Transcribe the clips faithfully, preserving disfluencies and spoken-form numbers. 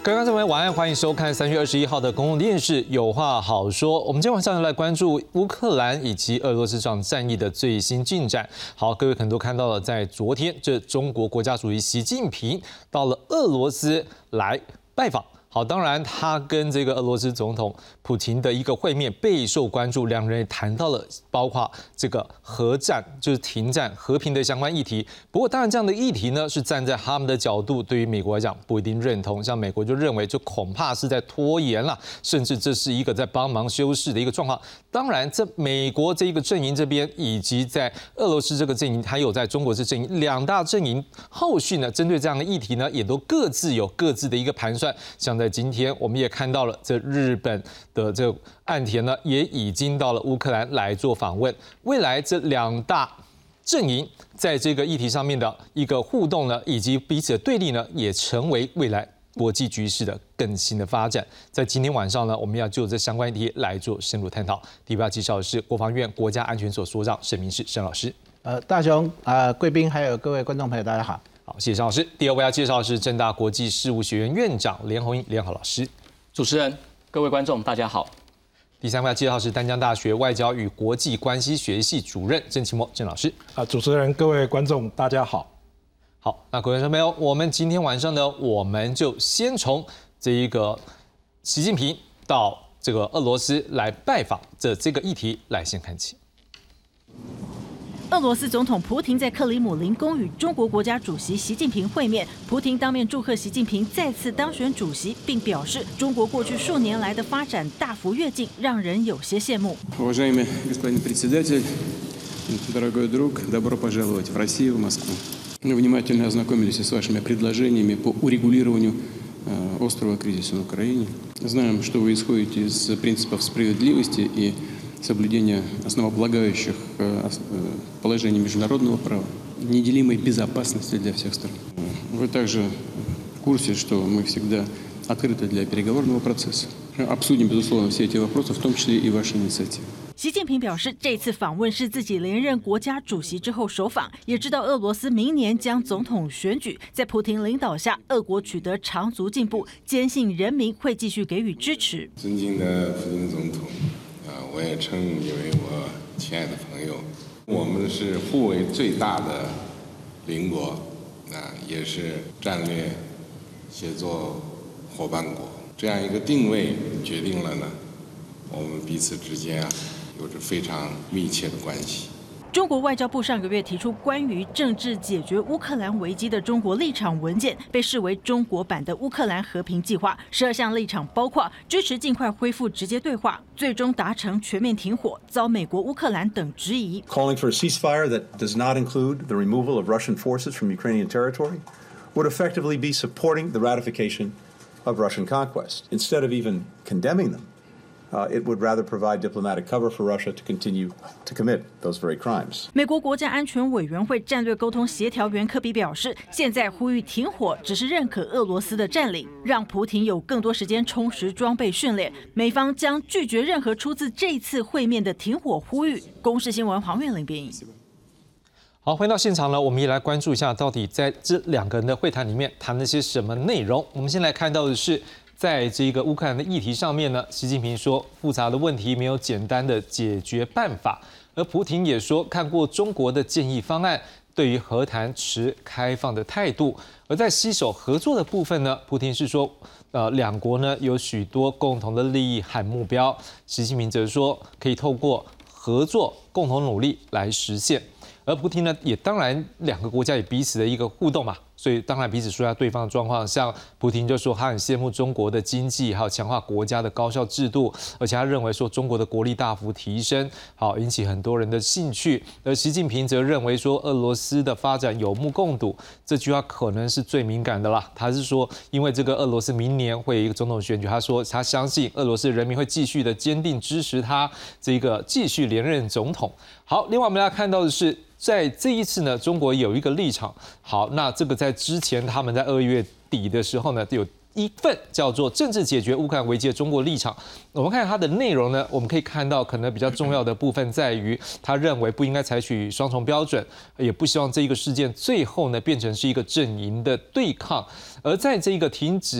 各位观众朋友，晚安，欢迎收看三月二十一号的公共电视《有话好说》。我们今天晚上来关注乌克兰以及俄罗斯这场战役的最新进展。好，各位可能都看到了，在昨天，这中国国家主席习近平到了俄罗斯来拜访。好，当然他跟这个俄罗斯总统普廷的一个会面备受关注，两人也谈到了包括这个核战，就是停战、和平的相关议题。不过，当然这样的议题呢，是站在他们的角度，对于美国来讲不一定认同。像美国就认为，这恐怕是在拖延了，甚至这是一个在帮忙修饰的一个状况。当然，这美国这一个阵营这边，以及在俄罗斯这个阵营，还有在中国这阵营，两大阵营后续呢，针对这样的议题呢，也都各自有各自的一个盘算。像在今天，我们也看到了，这日本的这岸田呢，也已经到了乌克兰来做访问。未来这两大阵营在这个议题上面的一个互动呢，以及彼此的对立呢，也成为未来国际局势的更新的发展。在今天晚上呢，我们要就这相关议题来做深入探讨。第一位要介绍的是国防院国家安全所所长沈明世沈老师。 呃，大雄啊，贵宾还有各位观众朋友，大家好。 好，谢谢沈老师。第二位要介绍的是政大国际事务学院院长连宏英连好老师。 主持人、各位观众，大家好。 第三位要介绍的是淡江大学外交与国际关系学系主任郑奇墨郑老师。 啊，主持人、各位观众，大家好。 好，那各位观众朋友，我们今天晚上呢，我们就先从这一个习近平到这个俄罗斯来拜访这这个议题来先看起。 俄罗斯总统普廷在克里姆林宫与中国国家主席习近平会面，普廷当面祝贺习近平再次当选主席，并表示中国过去数年来的发展大幅跃进，让人有些羡慕。 Уважаемый господин председатель, дорогой друг, добро пожаловать в Россию, в Москву. Мы внимательно ознакомились с вашими предложениями по урегулированию острого кризиса на Украине. Знаем, что вы исходите из принципов справедливости и соблюдения основополагающих положений международного права, неделимой безопасности для всех сторон. Вы также в курсе, что мы всегда открыты для переговорного процесса. Обсудим, безусловно, все эти вопросы, в том числе и ваши инициативы. 习近平表示，这次访问是自己连任国家主席之后首访，也知道俄罗斯明年将总统选举，在普廷领导下，俄国取得长足进步，坚信人民会继续给予支持。 尊敬的普京总统。我也称你为我亲爱的朋友，我们是互为最大的邻国，啊，也是战略协作伙伴国。这样一个定位决定了呢，我们彼此之间啊有着非常密切的关系。 中国外交部上个月提出关于政治解决乌克兰危机的中国立场文件，被视为中国版的乌克兰和平计划。十二项立场包括支持尽快恢复直接对话，最终达成全面停火，遭美国、乌克兰等质疑。 Calling for a ceasefire that does not include the removal of Russian forces from Ukrainian territory would effectively be supporting the ratification of Russian conquest. Instead of even condemning them, Uh, it would rather provide diplomatic cover for Russia to continue to commit those very crimes. 美国国家安全委员会战略沟通协调员科比表示，现在呼吁停火只是认可俄罗斯的占领，让普廷有更多时间充实装备训练。美方将拒绝任何出自这次会面的停火呼吁。公视新闻黄苑玲编译。 好，回到现场呢，我们也来关注一下，到底在这两个人的会谈里面谈了些什么内容。我们先来看到的是，在这个乌克兰的议题上面呢，习近平说复杂的问题没有简单的解决办法，而普廷也说看过中国的建议方案，对于和谈持开放的态度。而在携手合作的部分呢，普廷是说，呃，两国呢有许多共同的利益和目标，习近平则说可以透过合作共同努力来实现。而普廷呢，也当然两个国家也彼此的一个互动嘛，所以当然彼此说一下对方的状况。像普廷就说他很羡慕中国的经济，还有强化国家的高效制度，而且他认为说中国的国力大幅提升，好引起很多人的兴趣。而习近平则认为说俄罗斯的发展有目共睹，这句话可能是最敏感的啦。他是说，因为这个俄罗斯明年会有一个总统选举，他说他相信俄罗斯人民会继续的坚定支持他这个继续连任总统。好，另外我们来看到的是，在这一次呢，中国有一个立场。好，那这个在之前他们在二月底的时候呢，有一份叫做《政治解决乌克兰危机的中国立场》。我们看它的内容呢，我们可以看到，可能比较重要的部分在于，他认为不应该采取双重标准，也不希望这一个事件最后呢变成是一个阵营的对抗。而在这个停止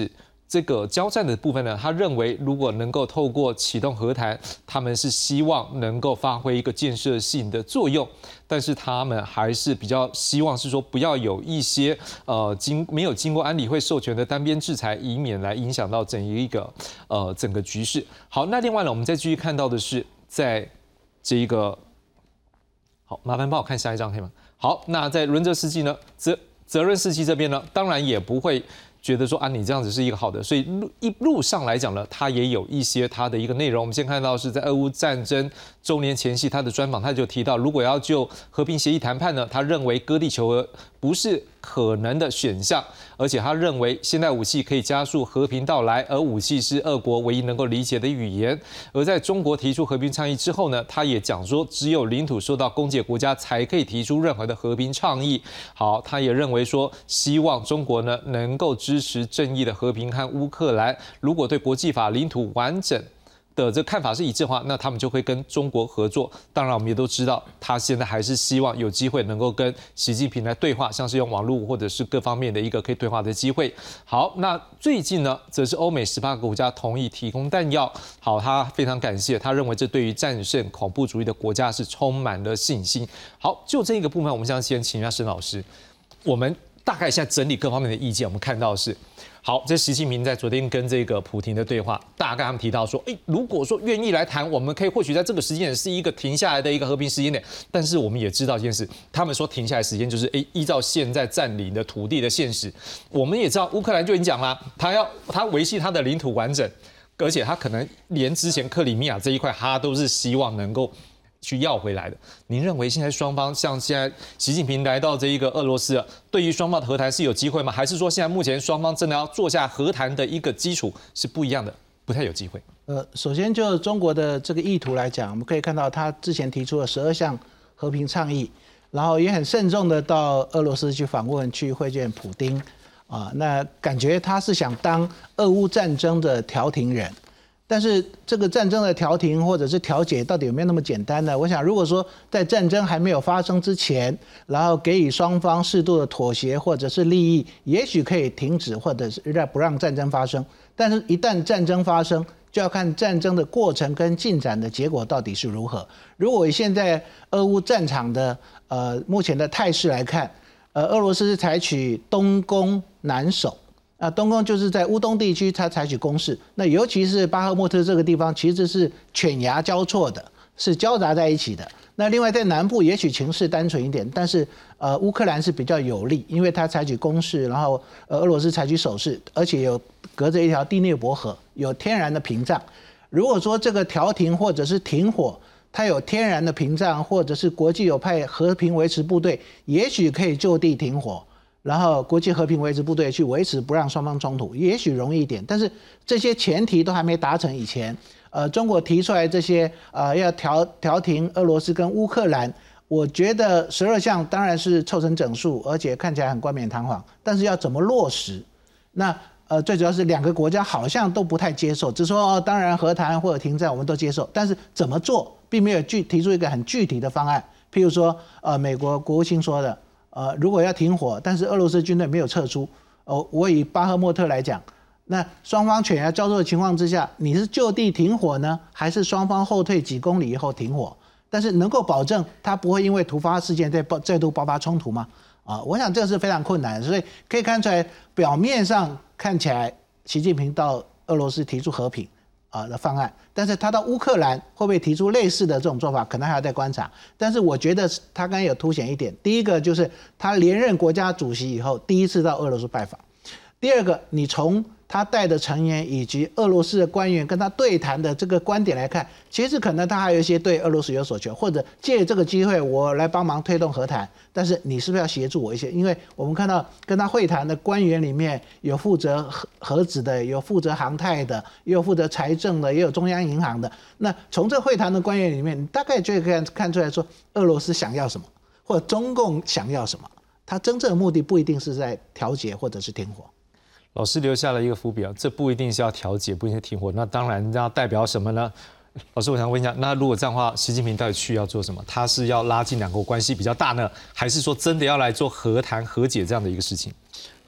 这个交战的部分呢，他认为如果能够透过启动和谈，他们是希望能够发挥一个建设性的作用，但是他们还是比较希望是说不要有一些呃经没有经过安理会授权的单边制裁，以免来影响到整一个呃整个局势。好，那另外呢，我们再继续看到的是在这一个，好，麻烦帮我看下一张可以吗？好，那在伦泽斯基呢，责责任斯基这边呢，当然也不会觉得说啊，你这样子是一个好的，所以路一路上来讲呢，他也有一些他的一个内容。我们先看到是在俄乌战争周年前夕，他的专访他就提到，如果要就和平协议谈判呢，他认为割地求和不是可能的选项，而且他认为现代武器可以加速和平到来，而武器是俄国唯一能够理解的语言。而在中国提出和平倡议之后呢，他也讲说，只有领土受到攻击的国家才可以提出任何的和平倡议。好，他也认为说，希望中国呢能够支持正义的和平和乌克兰。如果对国际法、领土完整的这看法是一致的话，那他们就会跟中国合作。当然，我们也都知道，他现在还是希望有机会能够跟习近平来对话，像是用网络或者是各方面的一个可以对话的机会。好，那最近呢，则是欧美十八个国家同意提供弹药。好，他非常感谢，他认为这对于战胜恐怖主义的国家是充满了信心。好，就这个部分，我们想先请一下沈老师，我们大概现在整理各方面的意见，我们看到的是。好，这习近平在昨天跟这个普亭的对话，大概他们提到说，哎，如果说愿意来谈，我们可以或许在这个时间点是一个停下来的一个和平时间点。但是我们也知道一件事，他们说停下来时间就是，哎，依照现在占领的土地的现实，我们也知道乌克兰就已经讲了，他要他维系他的领土完整，而且他可能连之前克里米亚这一块，他都是希望能够去要回来的。您认为现在双方像现在习近平来到这一个俄罗斯了，对于双方的和谈是有机会吗？还是说现在目前双方真的要坐下和谈的一个基础是不一样的，不太有机会？ 呃，首先就中国的这个意图来讲，我们可以看到他之前提出了十二项和平倡议，然后也很慎重的到俄罗斯去访问，去会见普丁啊，那感觉他是想当俄乌战争的调停人。但是这个战争的调停或者是调解到底有没有那么简单呢？我想，如果说在战争还没有发生之前，然后给予双方适度的妥协或者是利益，也许可以停止或者是让不让战争发生。但是，一旦战争发生，就要看战争的过程跟进展的结果到底是如何。如果以现在俄乌战场的呃目前的态势来看，呃，俄罗斯是采取东攻南守。啊，东攻就是在乌东地区，它采取攻势。那尤其是巴赫穆特这个地方，其实是犬牙交错的，是交杂在一起的。那另外在南部，也许情势单纯一点，但是呃，乌克兰是比较有利，因为它采取攻势，然后呃，俄罗斯采取守势，而且有隔着一条第聂伯河，有天然的屏障。如果说这个调停或者是停火，它有天然的屏障，或者是国际有派和平维持部队，也许可以就地停火。然后国际和平维持部队去维持不让双方冲突，也许容易一点，但是这些前提都还没达成以前，呃，中国提出来这些呃要调调停俄罗斯跟乌克兰，我觉得十二项当然是凑成整数，而且看起来很冠冕堂皇，但是要怎么落实？那呃最主要是两个国家好像都不太接受，只说哦，当然和谈或者停战我们都接受，但是怎么做，并没有具提出一个很具体的方案。譬如说，呃，美国国务卿说的。呃，如果要停火，但是俄罗斯军队没有撤出，哦，我以巴赫穆特来讲，那双方犬牙交错的情况之下，你是就地停火呢，还是双方后退几公里以后停火？但是能够保证它不会因为突发事件再爆再度爆发冲突吗？啊，我想这个是非常困难的，所以可以看出来，表面上看起来习近平到俄罗斯提出和平啊的方案，但是他到乌克兰会不会提出类似的这种做法，可能还要再观察。但是我觉得他刚才有凸显一点，第一个就是他连任国家主席以后第一次到俄罗斯拜访，第二个，你从他带的成员以及俄罗斯的官员跟他对谈的这个观点来看，其实可能他还有一些对俄罗斯有所求，或者借这个机会我来帮忙推动和谈，但是你是不是要协助我一些？因为我们看到跟他会谈的官员里面有负责核核子的，有负责航太的，也有负责财政的，也有中央银行的。那从这会谈的官员里面，你大概就会看看出来说，俄罗斯想要什么，或者中共想要什么。他真正的目的不一定是在调解或者是停火。 老师留下了一个伏笔啊，这不一定是要调解，不一定是停火，那当然要代表什么呢？老师，我想问一下，那如果这样的话，习近平到底去要做什么？他是要拉近两国关系比较大呢，还是说真的要来做和谈和解这样的一个事情？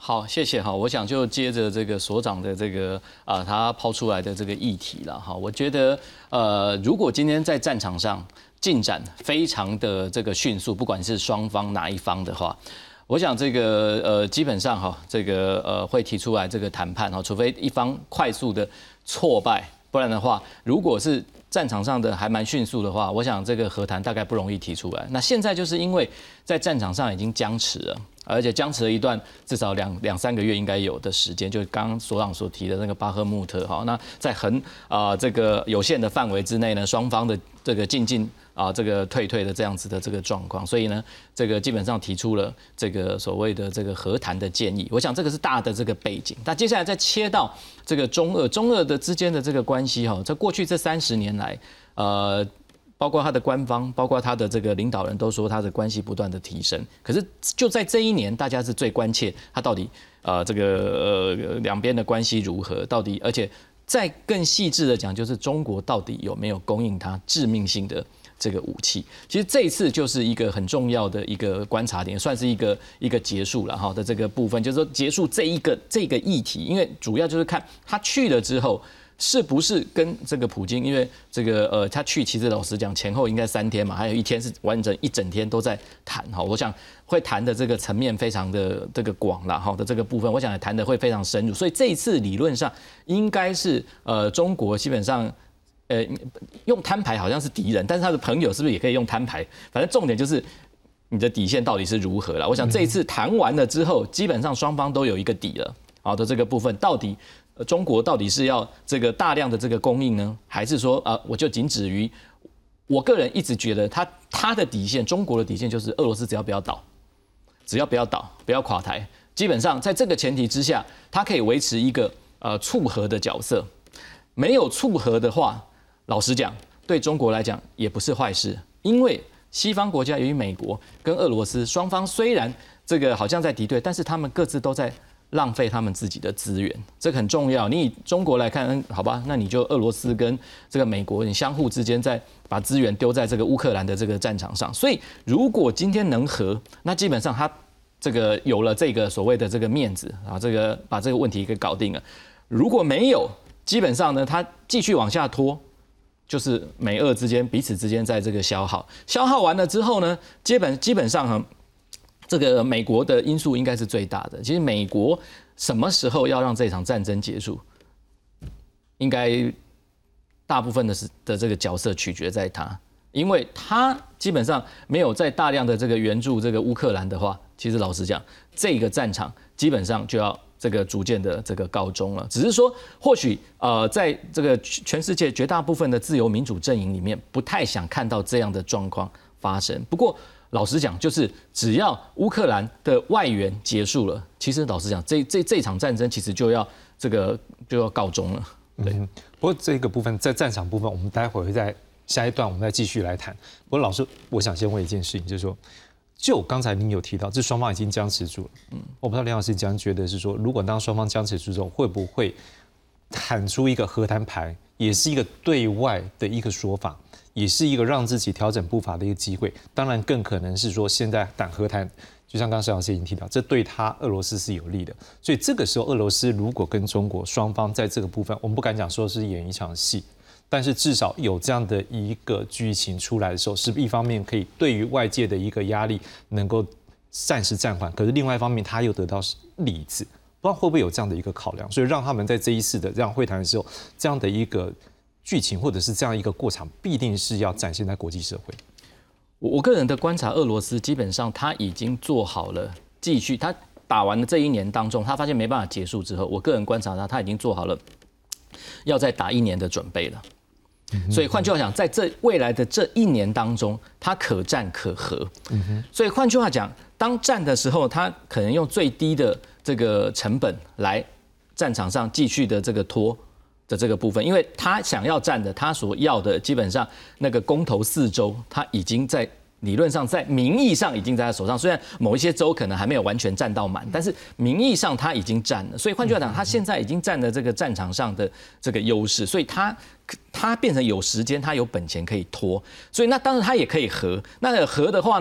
好，谢谢哈。我想就接着这个所长的这个啊、呃，他抛出来的这个议题了哈。我觉得呃，如果今天在战场上进展非常的这个迅速，不管是双方哪一方的话，我想这个呃，基本上哈，这个呃会提出来这个谈判哈，除非一方快速的挫败，不然的话，如果是战场上的还蛮迅速的话，我想这个和谈大概不容易提出来。那现在就是因为在战场上已经僵持了。而且僵持了一段至少两两三个月应该有的时间，就是刚刚所长所提的那个巴赫穆特哈，那在很啊、呃、这个有限的范围之内呢，双方的这个进进啊、呃、这个退退的这样子的这个状况，所以呢，这个基本上提出了这个所谓的这个和谈的建议。我想这个是大的这个背景。那接下来再切到这个中俄中俄的之间的这个关系哈，在过去这三十年来，呃。包括他的官方，包括他的这个领导人都说他的关系不断的提升。可是就在这一年，大家是最关切他到底呃这个呃两边的关系如何，到底而且再更细致的讲，就是中国到底有没有供应他致命性的这个武器？其实这一次就是一个很重要的一个观察点，算是一个一个结束了哈的这个部分，就是说结束这一个这个议题，因为主要就是看他去了之后。是不是跟这个普京？因为这个呃，他去其实老实讲前后应该三天嘛，还有一天是完整一整天都在谈哈。我想会谈的这个层面非常的这个广啦，哈的这个部分，我想谈的会非常深入。所以这一次理论上应该是呃中国基本上呃用摊牌好像是敌人，但是他的朋友是不是也可以用摊牌？反正重点就是你的底线到底是如何了。我想这一次谈完了之后，基本上双方都有一个底了。好的这个部分到底。中国到底是要这个大量的这个供应呢，还是说啊、呃，我就仅止于？我个人一直觉得他他的底线，中国的底线就是俄罗斯只要不要倒，只要不要倒，不要垮台，基本上在这个前提之下，它可以维持一个呃促和的角色。没有促和的话，老实讲，对中国来讲也不是坏事，因为西方国家由于美国跟俄罗斯双方虽然这个好像在敌对，但是他们各自都在。浪费他们自己的资源，这个很重要。你以中国来看，好吧，那你就俄罗斯跟这个美国，你相互之间在把资源丢在这个乌克兰的这个战场上。所以，如果今天能和，那基本上他这个有了这个所谓的这个面子啊，这个把这个问题给搞定了。如果没有，基本上呢，他继续往下拖，就是美俄之间彼此之间在这个消耗，消耗完了之后呢，基本基本上哈。这个美国的因素应该是最大的。其实美国什么时候要让这场战争结束，应该大部分的是的这个角色取决在他，因为他基本上没有在大量的这个援助这个乌克兰的话，其实老实讲，这个战场基本上就要这个逐渐的这个告终了。只是说，或许呃，在这个全世界绝大部分的自由民主阵营里面，不太想看到这样的状况发生。不过，老实讲，就是只要乌克兰的外援结束了，其实老实讲，这这这场战争其实就要这个就要告终了。对、嗯， 不过这个部分在战场部分，我们待会会在下一段我们再继续来谈。不过老师，我想先问一件事情，就是说，就刚才您有提到，这双方已经僵持住了。嗯，我不知道梁老师这样觉得是说，如果当双方僵持住之后，会不会喊出一个和谈牌，也是一个对外的一个说法？也是一个让自己调整步伐的一个机会，当然更可能是说现在谈和谈，就像刚刚石老师已经提到，这对他俄罗斯是有利的。所以这个时候，俄罗斯如果跟中国双方在这个部分，我们不敢讲说是演一场戏，但是至少有这样的一个剧情出来的时候，是一方面可以对于外界的一个压力能够暂时暂缓，可是另外一方面他又得到理智，不知道会不会有这样的一个考量，所以让他们在这一次的这样会谈的时候，这样的一个。剧情或者是这样一个过场，必定是要展现在国际社会。 我我个人的观察，俄罗斯基本上他已经做好了继续，他打完了这一年当中，他发现没办法结束之后，我个人观察他，他已经做好了要再打一年的准备了。所以换句话讲，在这未来的这一年当中，他可战可和。所以换句话讲，当战的时候，他可能用最低的这个成本来战场上继续的这个拖。的这个部分，因为他想要战的，他所要的基本上那个公投四州，他已经在理论上在名义上已经在他手上，虽然某一些州可能还没有完全占到满，但是名义上他已经占了。所以换句话讲，他现在已经占了这个战场上的这个优势，所以他他变成有时间，他有本钱可以拖，所以那当然他也可以和。那和的话呢，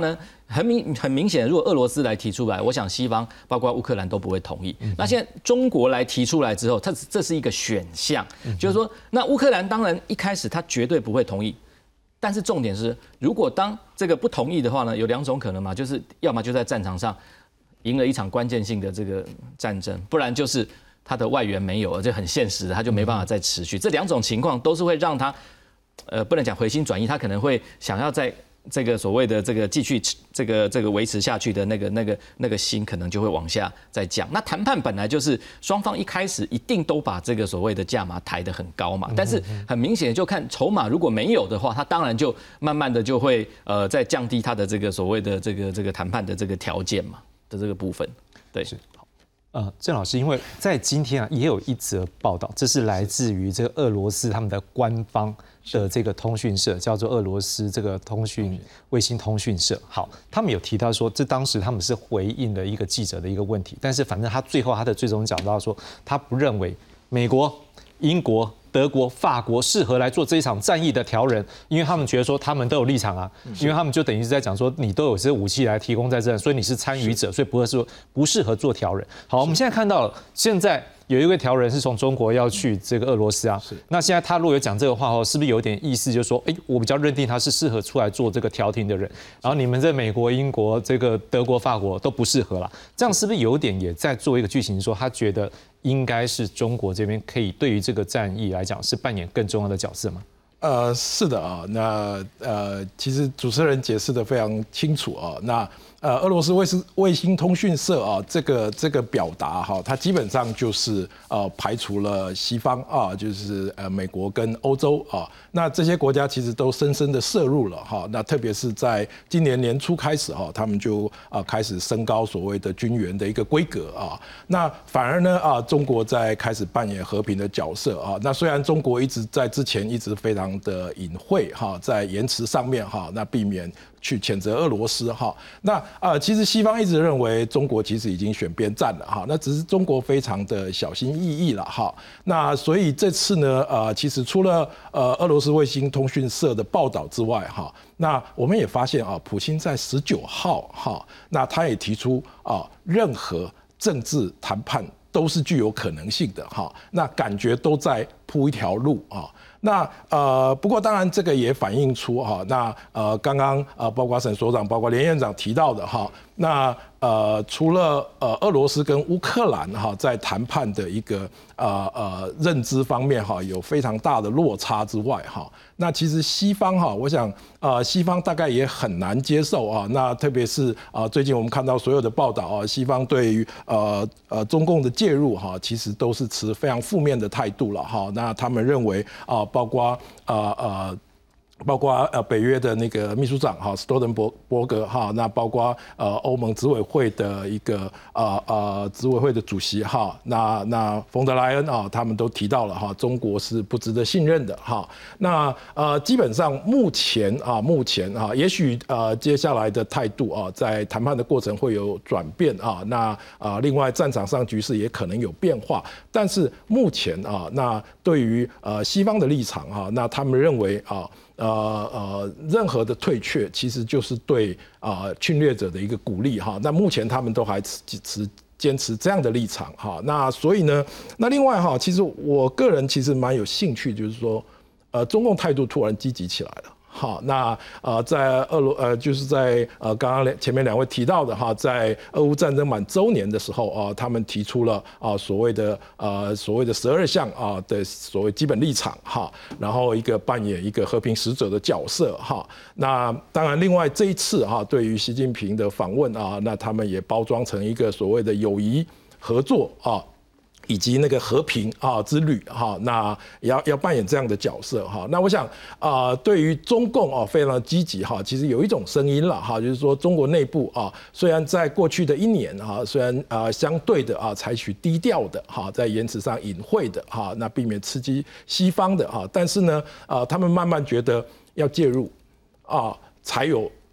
很明很明显，如果俄罗斯来提出来，我想西方包括乌克兰都不会同意。那现在中国来提出来之后，它这是一个选项，就是说，那乌克兰当然一开始他绝对不会同意。但是重点是，如果当这个不同意的话呢，有两种可能嘛，就是要么就在战场上赢了一场关键性的这个战争，不然就是他的外援没有了，这很现实的，他就没办法再持续。这两种情况都是会让他，呃，不能讲回心转意，他可能会想要在这个所谓的这个继续这个这个维持下去的那个那个那个心，可能就会往下再降。那谈判本来就是双方一开始一定都把这个所谓的价码抬得很高嘛，但是很明显就看筹码如果没有的话，他当然就慢慢的就会呃再降低他的这个所谓的这个这个谈判的这个条件嘛的这个部分，对。 呃，郑老师，因为在今天啊，也有一则报道，这是来自于这个俄罗斯他们的官方的这个通讯社，叫做俄罗斯这个通讯卫星通讯社。好，他们有提到说，这当时他们是回应了一个记者的一个问题，但是反正他最后他的最终讲到说，他不认为美国、英国、德国、法国适合来做这一场战役的调人，因为他们觉得说他们都有立场啊，因为他们就等于是在讲说你都有这些武器来提供在这，所以你是参与者，所以不会说不适合做调人。好，我们现在看到了，现在有一位调人是从中国要去这个俄罗斯啊，那现在他如果有讲这个话后，是不是有点意思，就是说，哎，我比较认定他是适合出来做这个调停的人，然后你们在美国、英国、这个德国、法国都不适合啦，这样是不是有点也在做一个剧情，说他觉得应该是中国这边可以对于这个战役来讲是扮演更重要的角色吗？ 呃，是的啊，那呃，其实主持人解释得非常清楚啊，那。呃，俄罗斯卫星卫星通讯社啊，这个这个表达哈，它基本上就是呃排除了西方啊，就是呃美国跟欧洲啊，那这些国家其实都深深的涉入了哈。那特别是在今年年初开始哈，他们就啊开始升高所谓的军援的一个规格啊。那反而呢啊，中国在开始扮演和平的角色啊。那虽然中国一直在之前一直非常的隐晦哈，在言辞上面哈，那避免去谴责俄罗斯哈，那呃，其实西方一直认为中国其实已经选边站了哈，那只是中国非常的小心翼翼了哈。那所以这次呢，呃，其实除了呃俄罗斯卫星通讯社的报道之外哈，那我们也发现啊，普京在十九号哈，那他也提出啊，任何政治谈判都是具有可能性的哈，那感觉都在铺一条路啊。那呃，不过当然这个也反映出哈，那呃刚刚呃包括沈所长、包括连院长提到的哈，那呃除了呃俄罗斯跟乌克兰哈在谈判的一个呃呃认知方面哈有非常大的落差之外哈，那其实西方哈，我想呃西方大概也很难接受啊。那特别是啊最近我们看到所有的报道啊，西方对于呃呃中共的介入哈，其实都是持非常负面的态度了哈。那他们认为啊。包括呃呃，包括呃北约的那个秘书长哈斯托滕伯伯格哈，那包括呃欧盟执委会的一个呃呃执委会的主席哈，那那冯德莱恩啊，他们都提到了哈，中国是不值得信任的哈。那呃基本上目前啊目前啊，也许呃接下来的态度啊，在谈判的过程会有转变啊。那啊另外战场上局势也可能有变化，但是目前啊，那对于呃西方的立场哈，那他们认为啊。呃呃，任何的退却其实就是对啊、呃、侵略者的一个鼓励哈。那目前他们都还持持坚持这样的立场哈。那所以呢，那另外哈，其实我个人其实蛮有兴趣，就是说，呃，中共态度突然积极起来了。好，那呃，在俄罗呃，就是在呃，刚刚前面两位提到的哈，在俄乌战争满周年的时候啊，他们提出了啊所谓的呃所谓的十二项啊的所谓基本立场哈，然后一个扮演一个和平使者的角色哈。那当然，另外这一次哈，对于习近平的访问啊，那他们也包装成一个所谓的友谊合作啊。以及那个和平啊之旅哈，那要要扮演这样的角色哈。那我想啊、呃，对于中共啊非常积极哈，其实有一种声音了哈，就是说中国内部啊，虽然在过去的一年哈，虽然啊、呃、相对的啊采取低调的哈，在言辞上隐晦的哈，那避免刺激西方的哈，但是呢啊、呃，他们慢慢觉得要介入啊，才有。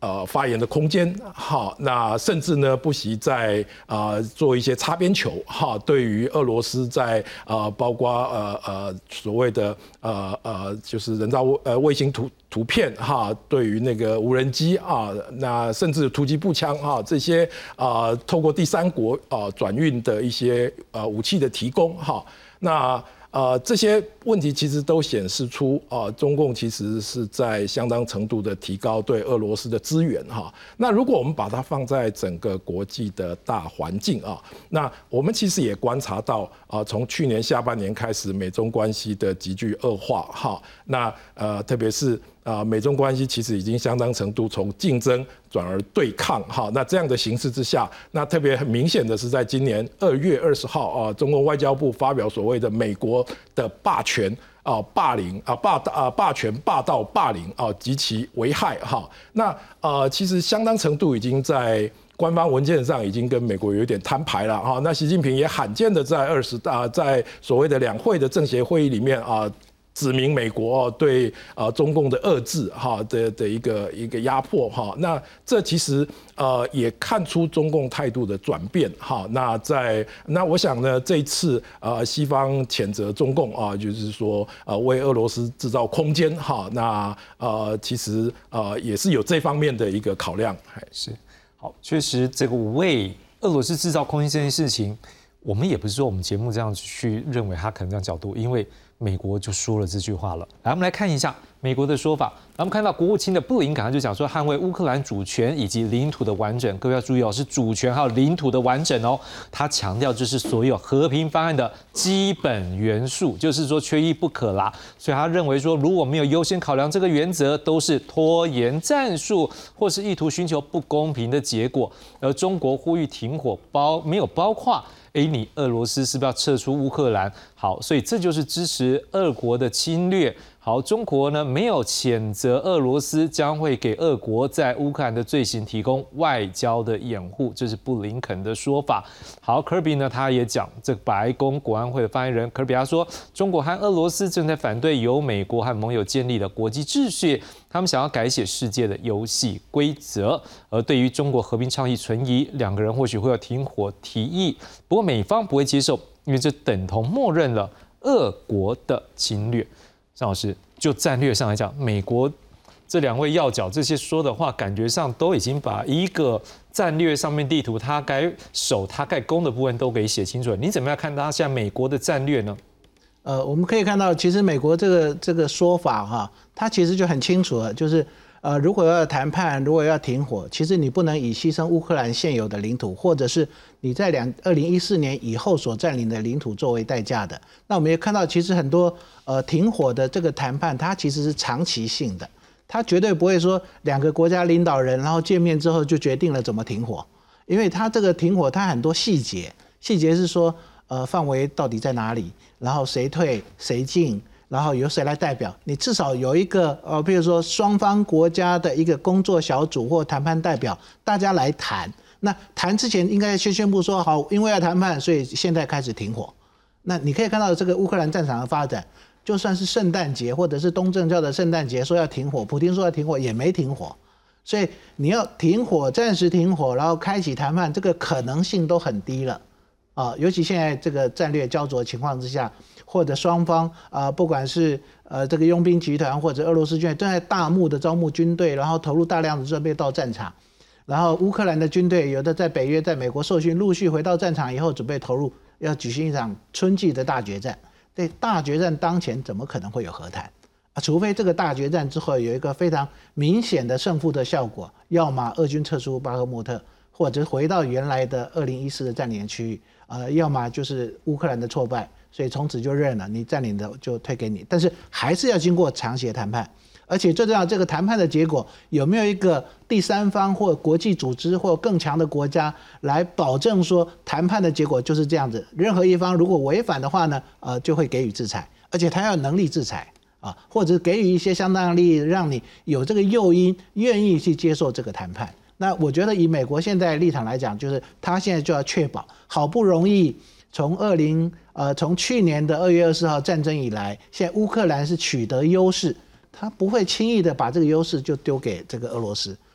呃发言的空间，好，那甚至呢不惜在啊、呃、做一些擦边球，哈，对于俄罗斯在啊、呃、包括呃呃所谓的呃呃就是人造呃卫星图图片哈，对于那个无人机啊，那甚至突击步枪啊这些啊、呃、透过第三国啊、呃、转运的一些呃武器的提供哈，那。呃，这些问题其实都显示出，啊、呃，中共其实是在相当程度的提高对俄罗斯的资源哈。那如果我们把它放在整个国际的大环境啊，那我们其实也观察到，啊、呃，从去年下半年开始，美中关系的急剧恶化哈。那呃，特别是啊、呃，美中关系其实已经相当程度从竞争转而对抗哈。那这样的形势之下，那特别很明显的是，在今年二月二十号啊，中共外交部发表所谓的美国的霸权啊、霸凌啊、霸啊、霸权、霸道、霸凌啊及其危害哈。那呃，其实相当程度已经在官方文件上已经跟美国有一点摊牌了哈。那习近平也罕见的在二十大在所谓的两会的政协会议里面啊。指明美国对呃中共的遏制哈的的一个一个压迫哈，那这其实呃也看出中共态度的转变哈。那在那我想呢，这一次呃西方谴责中共啊，就是说呃为俄罗斯制造空间哈，那呃其实呃也是有这方面的一个考量。 是，好，确实这个为俄罗斯制造空间这件事情，我们也不是说我们节目这样去认为他可能这样角度，因为美国就说了这句话了。来，我们来看一下美国的说法。我们看到国务卿的布林肯他就讲说，捍卫乌克兰主权以及领土的完整。各位要注意哦，是主权还有领土的完整哦。他强调这是所有和平方案的基本元素，就是说缺一不可啦。所以他认为说，如果没有优先考量这个原则，都是拖延战术，或是意图寻求不公平的结果。而中国呼吁停火包没有包括。哎，你俄罗斯是不是要撤出乌克兰？好，所以这就是支持俄国的侵略。好，中国呢没有谴责俄罗斯，将会给俄国在乌克兰的罪行提供外交的掩护，这是布林肯的说法。好，科比呢他也讲，这白宫国安会的发言人科比他说，中国和俄罗斯正在反对由美国和盟友建立的国际秩序，他们想要改写世界的游戏规则。而对于中国和平倡议存疑，两个人或许会有停火提议，不过美方不会接受，因为这等同默认了俄国的侵略。张老师，就战略上来讲，美国这两位要角这些说的话，感觉上都已经把一个战略上面地图他该守他该攻的部分都给写清楚了。你怎么样看他现在美国的战略呢？ 呃，我们可以看到，其实美国这个这个说法哈，它其实就很清楚了，就是呃，如果要谈判，如果要停火，其实你不能以牺牲乌克兰现有的领土，或者是你在两二零一四年以后所占领的领土作为代价的。那我们也看到，其实很多呃停火的这个谈判，它其实是长期性的，它绝对不会说两个国家领导人然后见面之后就决定了怎么停火，因为它这个停火它很多细节，细节是说呃范围到底在哪里，然后谁退谁进。然后由谁来代表？你至少有一个呃，比如说双方国家的一个工作小组或谈判代表，大家来谈。那谈之前应该先宣布说好，因为要谈判，所以现在开始停火。那你可以看到这个乌克兰战场的发展，就算是圣诞节或者是东正教的圣诞节说要停火，普丁说要停火也没停火。所以你要停火，暂时停火，然后开启谈判，这个可能性都很低了啊。尤其现在这个战略焦灼的情况之下。或者双方啊、呃，不管是呃这个佣兵集团或者俄罗斯军队正在大幕的招募军队，然后投入大量的准备到战场，然后乌克兰的军队有的在北约、在美国受训，陆续回到战场以后，准备投入要举行一场春季的大决战。对大决战当前，怎么可能会有和谈啊？除非这个大决战之后有一个非常明显的胜负的效果，要么俄军撤出巴赫穆特，或者回到原来的二零一四的占领区域，呃，要么就是乌克兰的挫败。所以从此就认了，你占领的就推给你，但是还是要经过长期的谈判，而且最重要，这个谈判的结果有没有一个第三方或国际组织或更强的国家来保证说谈判的结果就是这样子，任何一方如果违反的话呢，呃，就会给予制裁，而且他要有能力制裁啊，或者给予一些相当的利益，让你有这个诱因愿意去接受这个谈判。那我觉得以美国现在立场来讲，就是他现在就要确保，好不容易。从二零呃从去年的二月二十号战争以来，现在乌克兰是取得优势，他不会轻易的把这个优势就丢给这个俄罗斯，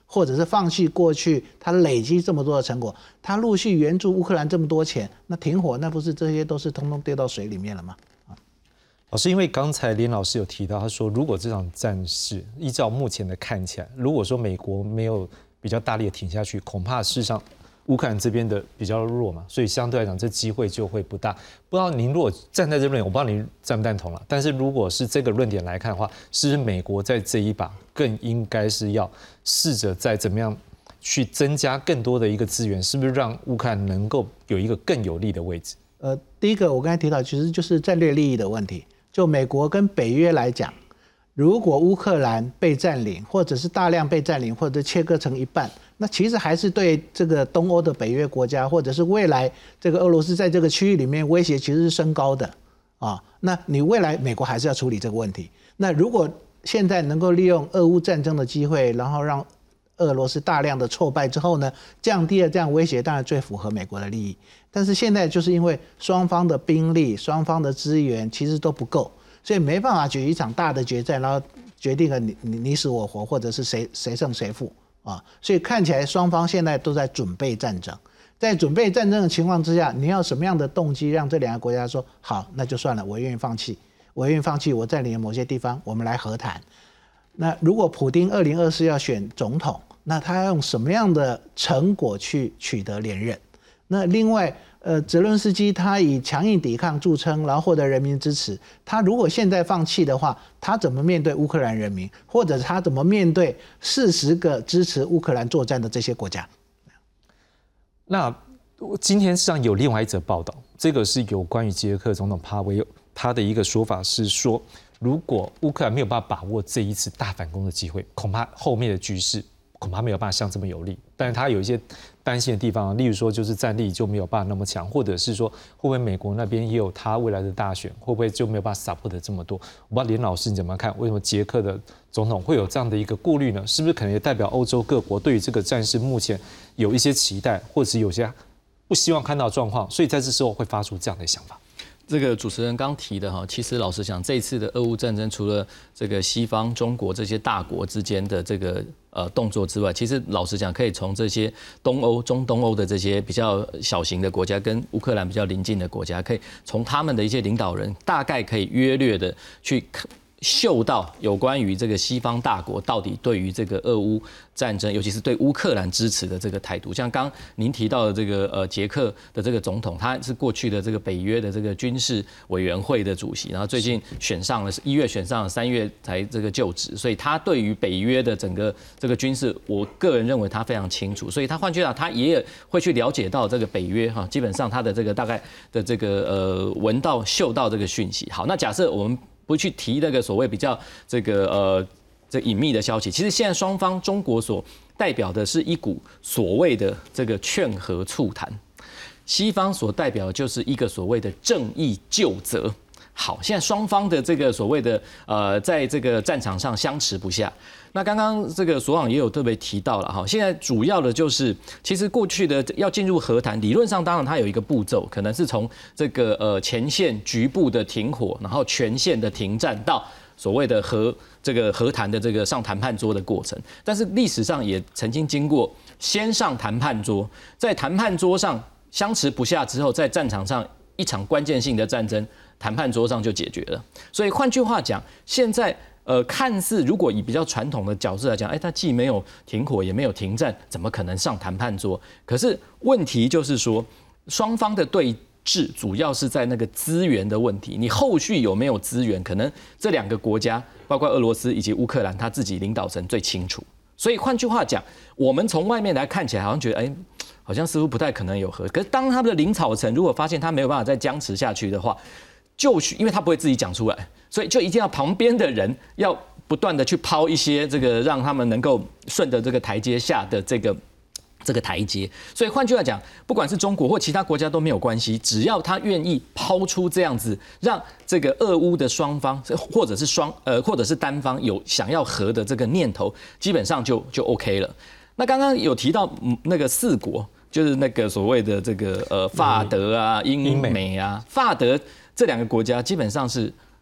或者是放弃过去他累积这么多的成果，他陆续援助乌克兰这么多钱，那停火那不是这些都是通通跌到水里面了吗？ 老师，因为刚才连老师有提到，他说如果这场战事依照目前的看起来，如果说美国没有比较大力的挺下去，恐怕事实上乌克兰这边的比较弱嘛，所以相对来讲这机会就会不大。不知道您如果站在这边，我不知道您赞不赞同了。但是如果是这个论点来看的话，是不是美国在这一把更应该是要试着在怎么样去增加更多的一个资源，是不是让乌克兰能够有一个更有利的位置？ 呃，第一个我刚才提到，其实就是战略利益的问题。就美国跟北约来讲，如果乌克兰被占领，或者是大量被占领，或者切割成一半，那其实还是对这个东欧的北约国家，或者是未来这个俄罗斯在这个区域里面威胁其实是升高的啊。那你未来美国还是要处理这个问题。那如果现在能够利用俄乌战争的机会，然后让俄罗斯大量的挫败之后呢，降低了这样威胁，当然最符合美国的利益。但是现在就是因为双方的兵力、双方的资源其实都不够，所以没办法举一场大的决战，然后决定了你你你死我活，或者是谁谁胜谁负啊。所以看起来双方现在都在准备战争，在准备战争的情况之下，你要什么样的动机让这两个国家说好，那就算了，我愿意放弃，我愿意放弃我占领的某些地方，我们来和谈。那如果普丁二零二四要选总统，那他要用什么样的成果去取得连任？那另外，呃，泽伦斯基他以强硬抵抗著称，然后获得人民支持。他如果现在放弃的话，他怎么面对乌克兰人民，或者他怎么面对四十个支持乌克兰作战的这些国家？ 那今天实际上有另外一则报道，这个是有关于捷克总统帕维，他的一个说法是说，如果乌克兰没有办法把握这一次大反攻的机会，恐怕后面的局势恐怕没有办法像这么有利。但是他有一些担心的地方，例如说就是战力就没有办法那么强，或者是说会不会美国那边也有他未来的大选，会不会就没有办法 support 这么多？我不知道连老师你怎么看？为什么捷克的总统会有这样的一个顾虑呢？是不是可能也代表欧洲各国对于这个战事目前有一些期待，或者是有些不希望看到的状况，所以在这时候会发出这样的想法？ 这个主持人刚提的哈，其实老实讲，这一次的俄乌战争，除了这个西方、中国这些大国之间的这个呃动作之外，其实老实讲，可以从这些东欧、中东欧的这些比较小型的国家，跟乌克兰比较邻近的国家，可以从他们的一些领导人，大概可以约略的去嗅到有关于这个西方大国到底对于这个俄乌战争，尤其是对乌克兰支持的这个态度。像刚您提到的这个呃捷克的这个总统，他是过去的这个北约的这个军事委员会的主席，然后最近选上了，一月选上了，三月才这个就职，所以他对于北约的整个这个军事，我个人认为他非常清楚，所以他换句话讲，他也会去了解到这个北约哈，基本上他的这个大概的这个呃闻到嗅到这个讯息。好，那假设我们不去提那个所谓比较这个呃这隐秘的消息，其实现在双方中国所代表的是一股所谓的这个劝和促谈，西方所代表的就是一个所谓的正义究责。好，现在双方的这个所谓的呃，在这个战场上相持不下。那刚刚这个所长也有特别提到了哈，现在主要的就是，其实过去的要进入和谈，理论上当然它有一个步骤，可能是从这个呃前线局部的停火，然后全线的停战，到所谓的和这个和谈的这个上谈判桌的过程。但是历史上也曾经经过先上谈判桌，在谈判桌上相持不下之后，在战场上一场关键性的战争，谈判桌上就解决了。所以换句话讲，现在呃看似如果以比较传统的角色来讲，哎，它既没有停火也没有停战，怎么可能上谈判桌？可是问题就是说，双方的对峙主要是在那个资源的问题。你后续有没有资源，可能这两个国家，包括俄罗斯以及乌克兰，他自己领导层最清楚。所以换句话讲，我们从外面来看起来好像觉得，哎。好像似乎不太可能有和，可是当他们的领导层如果发现他没有办法再僵持下去的话，就需因为他不会自己讲出来，所以就一定要旁边的人要不断的去抛一些这个让他们能够顺着这个台阶下的这个这个台阶。所以换句话讲，不管是中国或其他国家都没有关系，只要他愿意抛出这样子，让这个俄乌的双方或者是双呃或者是单方有想要和的这个念头，基本上就就 OK 了。那刚刚有提到那个四国。就是那个所谓的这个呃法德啊、英美啊，法德这两个国家基本上是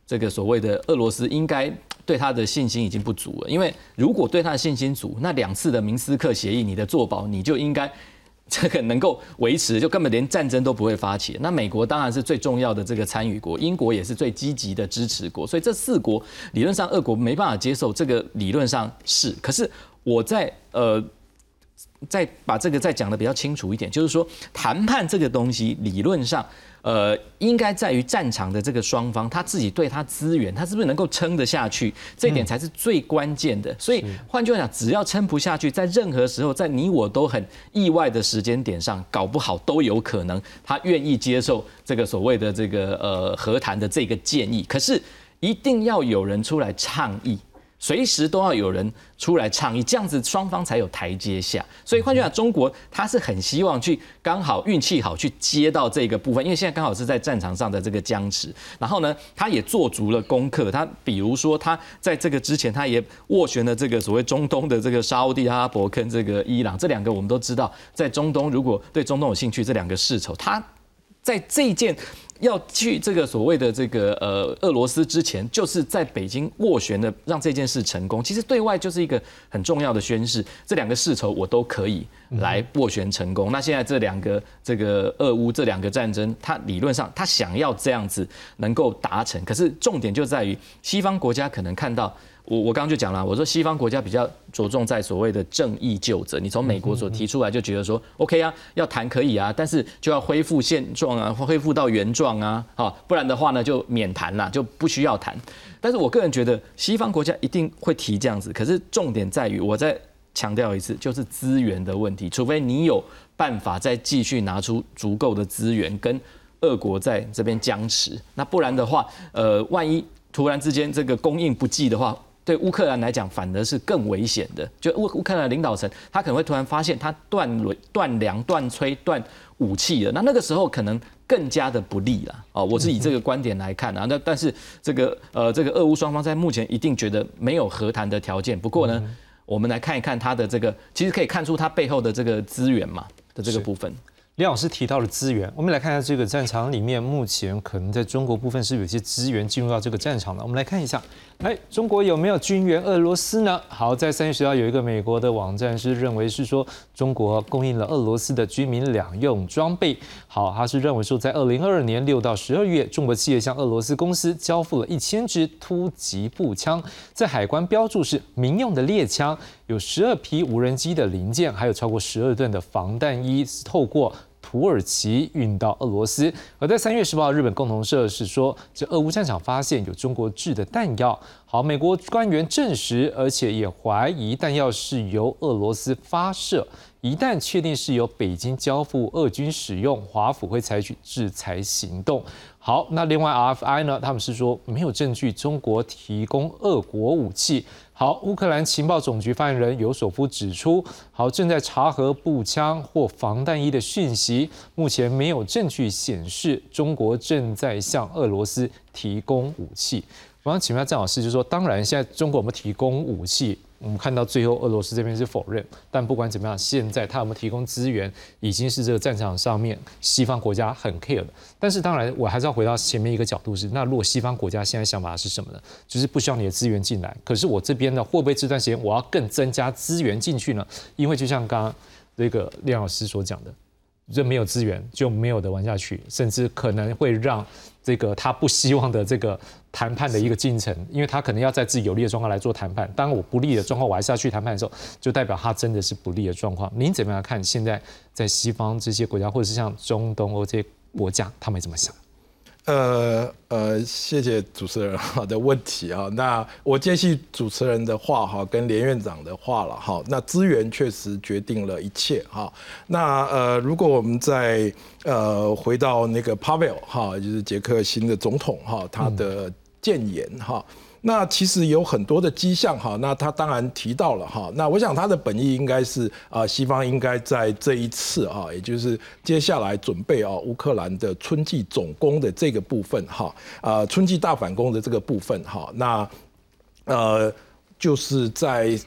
这个所谓的俄罗斯应该对他的信心已经不足了，因为如果对他的信心足，那两次的明斯克协议你的作保你就应该这个能够维持，就根本连战争都不会发起。那美国当然是最重要的这个参与国，英国也是最积极的支持国，所以这四国理论上俄国没办法接受，这个理论上是。可是我在呃。再把这个再讲的比较清楚一点，就是说谈判这个东西理论上，呃，应该在于战场的这个双方他自己对他资源，他是不是能够撑得下去，这一点才是最关键的。所以换句话讲，只要撑不下去，在任何时候，在你我都很意外的时间点上，搞不好都有可能他愿意接受这个所谓的这个呃和谈的这个建议。可是一定要有人出来倡议。随时都要有人出来倡议，这样子双方才有台阶下。所以换句话讲，中国他是很希望去刚好运气好去接到这个部分，因为现在刚好是在战场上的这个僵持。然后呢，他也做足了功课，他比如说他在这个之前，他也斡旋了这个所谓中东的这个沙烏地阿拉伯跟这个伊朗这两个，我们都知道，在中东如果对中东有兴趣，这两个世仇，他在这一件。要去这个所谓的这个呃俄罗斯之前，就是在北京斡旋的让这件事成功。其实对外就是一个很重要的宣示，这两个世仇我都可以来斡旋成功。那现在这两个这个俄乌这两个战争，它理论上它想要这样子能够达成，可是重点就在于西方国家可能看到。我我刚刚就讲了，我说西方国家比较着重在所谓的正义救责。你从美国所提出来就觉得说 ，OK 啊，要谈可以啊，但是就要恢复现状啊，恢复到原状啊，好，不然的话呢就免谈啦，就不需要谈。但是我个人觉得西方国家一定会提这样子，可是重点在于，我再强调一次，就是资源的问题。除非你有办法再继续拿出足够的资源跟俄国在这边僵持，那不然的话，呃，万一突然之间这个供应不济的话。对乌克兰来讲，反而是更危险的。就乌乌克兰的领导层，他可能会突然发现他断断粮、断炊、断武器了，那那个时候可能更加的不利了。哦，我是以这个观点来看啊。那但是这个呃，这个俄乌双方在目前一定觉得没有和谈的条件。不过呢，我们来看一看他的这个，其实可以看出他背后的这个资源嘛的这个部分。 李老师提到了资源，我们来看一下这个战场里面，目前可能在中国部分是有一些资源进入到这个战场了。我们来看一下，哎，中国有没有军援俄罗斯呢？好，在三月十号有一个美国的网站是认为是说中国供应了俄罗斯的军民两用装备。好，他是认为说在二零二二年六到十二月，中国企业向俄罗斯公司交付了一千支突击步枪，在海关标注是民用的猎枪，有十二批无人机的零件，还有超过十二吨的防弹衣，是透过土耳其运到俄罗斯。而在三月十八号，日本共同社是说，这俄乌战场发现有中国制的弹药。好，美国官员证实，而且也怀疑弹药是由俄罗斯发射。一旦确定是由北京交付俄军使用，华府会采取制裁行动。好，那另外 R F I 呢？他们是说没有证据中国提供俄国武器。好，乌克兰情报总局发言人尤索夫指出，好，正在查核步枪或防弹衣的讯息，目前没有证据显示中国正在向俄罗斯提供武器。我想请问郑老师，就是说，当然现在中国有没有提供武器？我们看到最后俄罗斯这边是否认，但不管怎么样，现在他有没有提供资源，已经是这个战场上面西方国家很 care 的。但是当然，我还是要回到前面一个角度是，那如果西方国家现在想法是什么呢？就是不需要你的资源进来，可是我这边呢，会不会这段时间我要更增加资源进去呢？因为就像刚刚这个亮老师所讲的，这没有资源就没有的玩下去，甚至可能会让这个他不希望的这个谈判的一个进程，因为他可能要在自己有利的状况来做谈判。当我不利的状况我还是要去谈判的时候，就代表他真的是不利的状况。您怎么样看现在在西方这些国家，或者是像中东欧这些国家，他们怎么想？ 呃呃，谢谢主持人好的问题啊。那我接续主持人的话哈，跟连院长的话了哈。那资源确实决定了一切哈。那呃，如果我们再呃回到那个 Pavel 哈，就是捷克新的总统哈，他的谏言哈。那其实有很多的迹象哈，那他当然提到了哈，那我想他的本意应该是啊，西方应该在这一次啊，也就是接下来准备啊乌克兰的春季总攻的这个部分哈，啊春季大反攻的这个部分哈，那呃就是在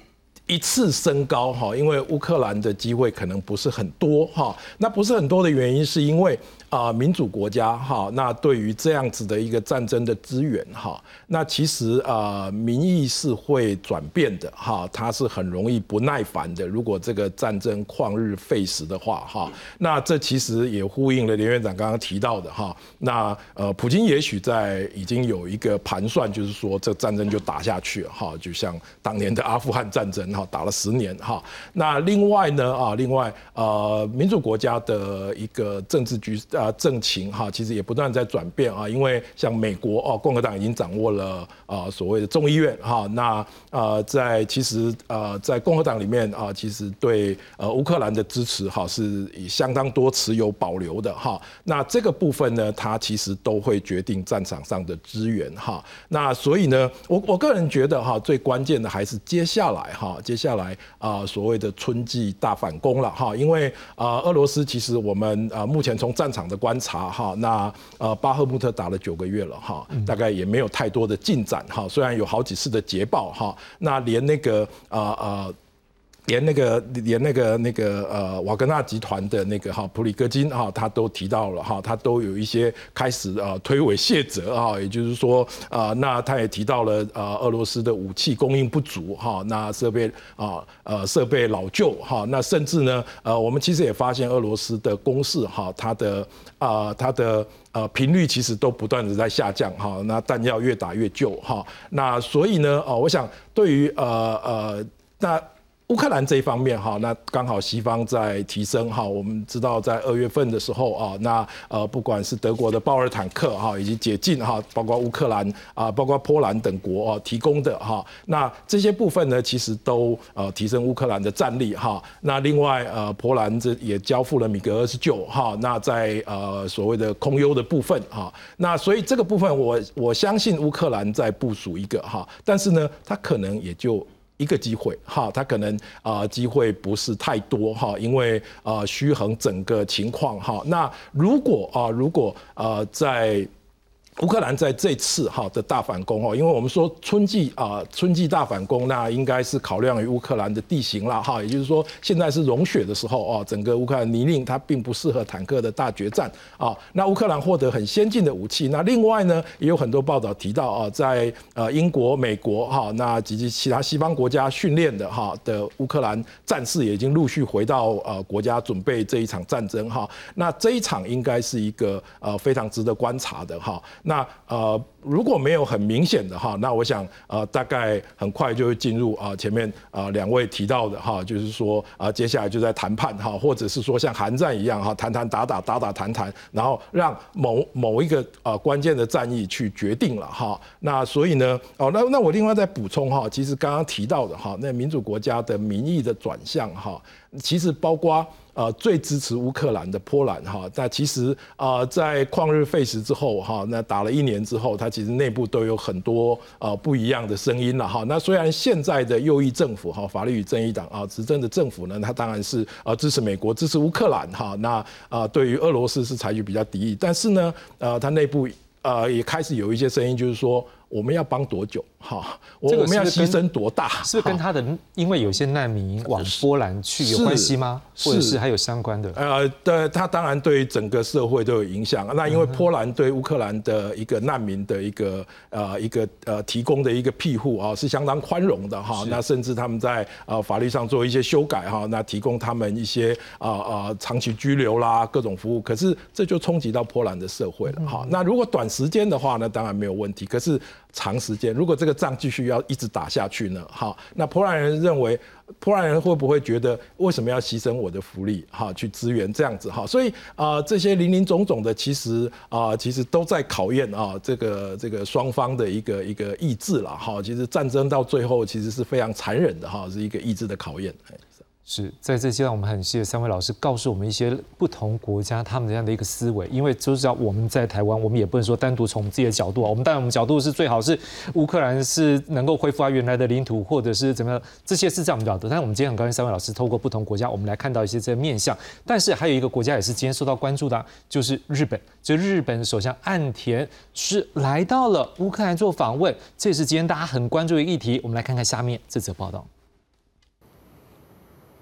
一次升高哈，因为乌克兰的机会可能不是很多哈。那不是很多的原因，是因为啊、呃，民主国家哈，那对于这样子的一个战争的资源哈，那其实啊、呃，民意是会转变的哈，它是很容易不耐烦的。如果这个战争旷日费时的话哈，那这其实也呼应了连院长刚刚提到的哈。那呃，普京也许在已经有一个盘算，就是说这战争就打下去了哈，就像当年的阿富汗战争哈，打了十年哈。那另外呢啊，另外呃，民主国家的一个政治局。啊，政情哈，其实也不断在转变啊，因为像美国哦，共和党已经掌握了啊所谓的众议院哈，那呃在其实呃在共和党里面啊，其实对呃乌克兰的支持哈是以相当多持有保留的哈，那这个部分呢，它其实都会决定战场上的资源哈，那所以呢，我我个人觉得哈，最关键的还是接下来哈，接下来啊所谓的春季大反攻了哈，因为啊俄罗斯其实我们啊目前从战场的观察哈，那呃巴赫穆特打了九个月了哈，大概也没有太多的进展哈，虽然有好几次的捷报哈，那连那个啊呃。连那个连那个那个呃瓦格纳集团的那个哈普里戈金哈，他都提到了哈，他都有一些开始啊推诿卸责啊，也就是说啊，那他也提到了啊俄罗斯的武器供应不足哈，那设备啊呃设备老旧哈，那甚至呢呃我们其实也发现俄罗斯的攻势哈，它的啊它的呃频率其实都不断的在下降哈，那弹药越打越旧哈，那所以呢啊我想对于呃呃那。乌克兰这一方面哈，那刚好西方在提升哈，我们知道在二月份的时候啊，那呃不管是德国的豹二坦克哈，以及解禁哈，包括乌克兰啊，包括波兰等国啊提供的哈，那这些部分呢，其实都呃提升乌克兰的战力哈。那另外呃波兰这也交付了米格二十九哈，那在呃所谓的空优的部分哈，那所以这个部分我我相信乌克兰在部署一个哈，但是呢，它可能也就。一个机会哈，它可能啊机会不是太多哈，因为啊虚衡整个情况哈。那如果啊如果呃在乌克兰在这次哈的大反攻哈，因为我们说春季啊春季大反攻，那应该是考量于乌克兰的地形啦哈，也就是说现在是融雪的时候啊，整个乌克兰泥泞它并不适合坦克的大决战啊。那乌克兰获得很先进的武器，那另外呢也有很多报道提到啊，在呃英国、美国哈，那以及其他西方国家训练的哈的乌克兰战士也已经陆续回到呃国家准备这一场战争哈。那这一场应该是一个呃非常值得观察的哈。那呃，如果没有很明显的哈，那我想呃，大概很快就会进入啊前面啊两位提到的哈，就是说啊接下来就在谈判哈，或者是说像韩战一样哈，谈谈打打打打谈谈，然后让某某一个呃关键的战役去决定了哈。那所以呢，哦那那我另外再补充哈，其实刚刚提到的哈，那民主国家的民意的转向哈，其实包括。呃，最支持乌克兰的波兰哈，那其实啊、呃，在旷日费时之后哈，那打了一年之后，它其实内部都有很多呃不一样的声音了哈。那虽然现在的右翼政府哈，法律与正义党啊执政的政府呢，它当然是呃支持美国、支持乌克兰哈，那啊、呃、对于俄罗斯是采取比较敌意，但是呢，呃，它内部呃也开始有一些声音，就是说。我们要帮多久？哈，我我们要牺牲多大？ 是不是跟他的因为有些难民往波兰去有关系吗？或者是还有相关的？ 呃，对，他当然对整个社会都有影响。那因为波兰对乌克兰的一个难民的一个呃一个呃提供的一个庇护啊，是相当宽容的哈。那甚至他们在呃法律上做一些修改哈，那提供他们一些啊啊长期居留啦各种服务。可是这就冲击到波兰的社会了哈。那如果短时间的话呢，当然没有问题。可是长时间，如果这个仗继续要一直打下去呢？好，那波兰人认为，波兰人会不会觉得为什么要牺牲我的福利？哈，去支援这样子哈？所以啊、呃，这些林林总总的，其实啊、呃，其实都在考验啊，这个这个双方的一个一个意志了哈。其实战争到最后其实是非常残忍的哈，是一个意志的考验。 是在这阶段，我们很谢谢三位老师告诉我们一些不同国家他们这样的一个思维，因为就知道我们在台湾，我们也不能说单独从我们自己的角度啊，我们当然我们角度是最好是乌克兰是能够恢复它原来的领土，或者是怎么样，这些是这样的角度。但是我们今天很高兴三位老师透过不同国家，我们来看到一些这个面向。但是还有一个国家也是今天受到关注的、啊，就是日本。就日本首相岸田是来到了乌克兰做访问，这也是今天大家很关注的议题。我们来看看下面这则报道。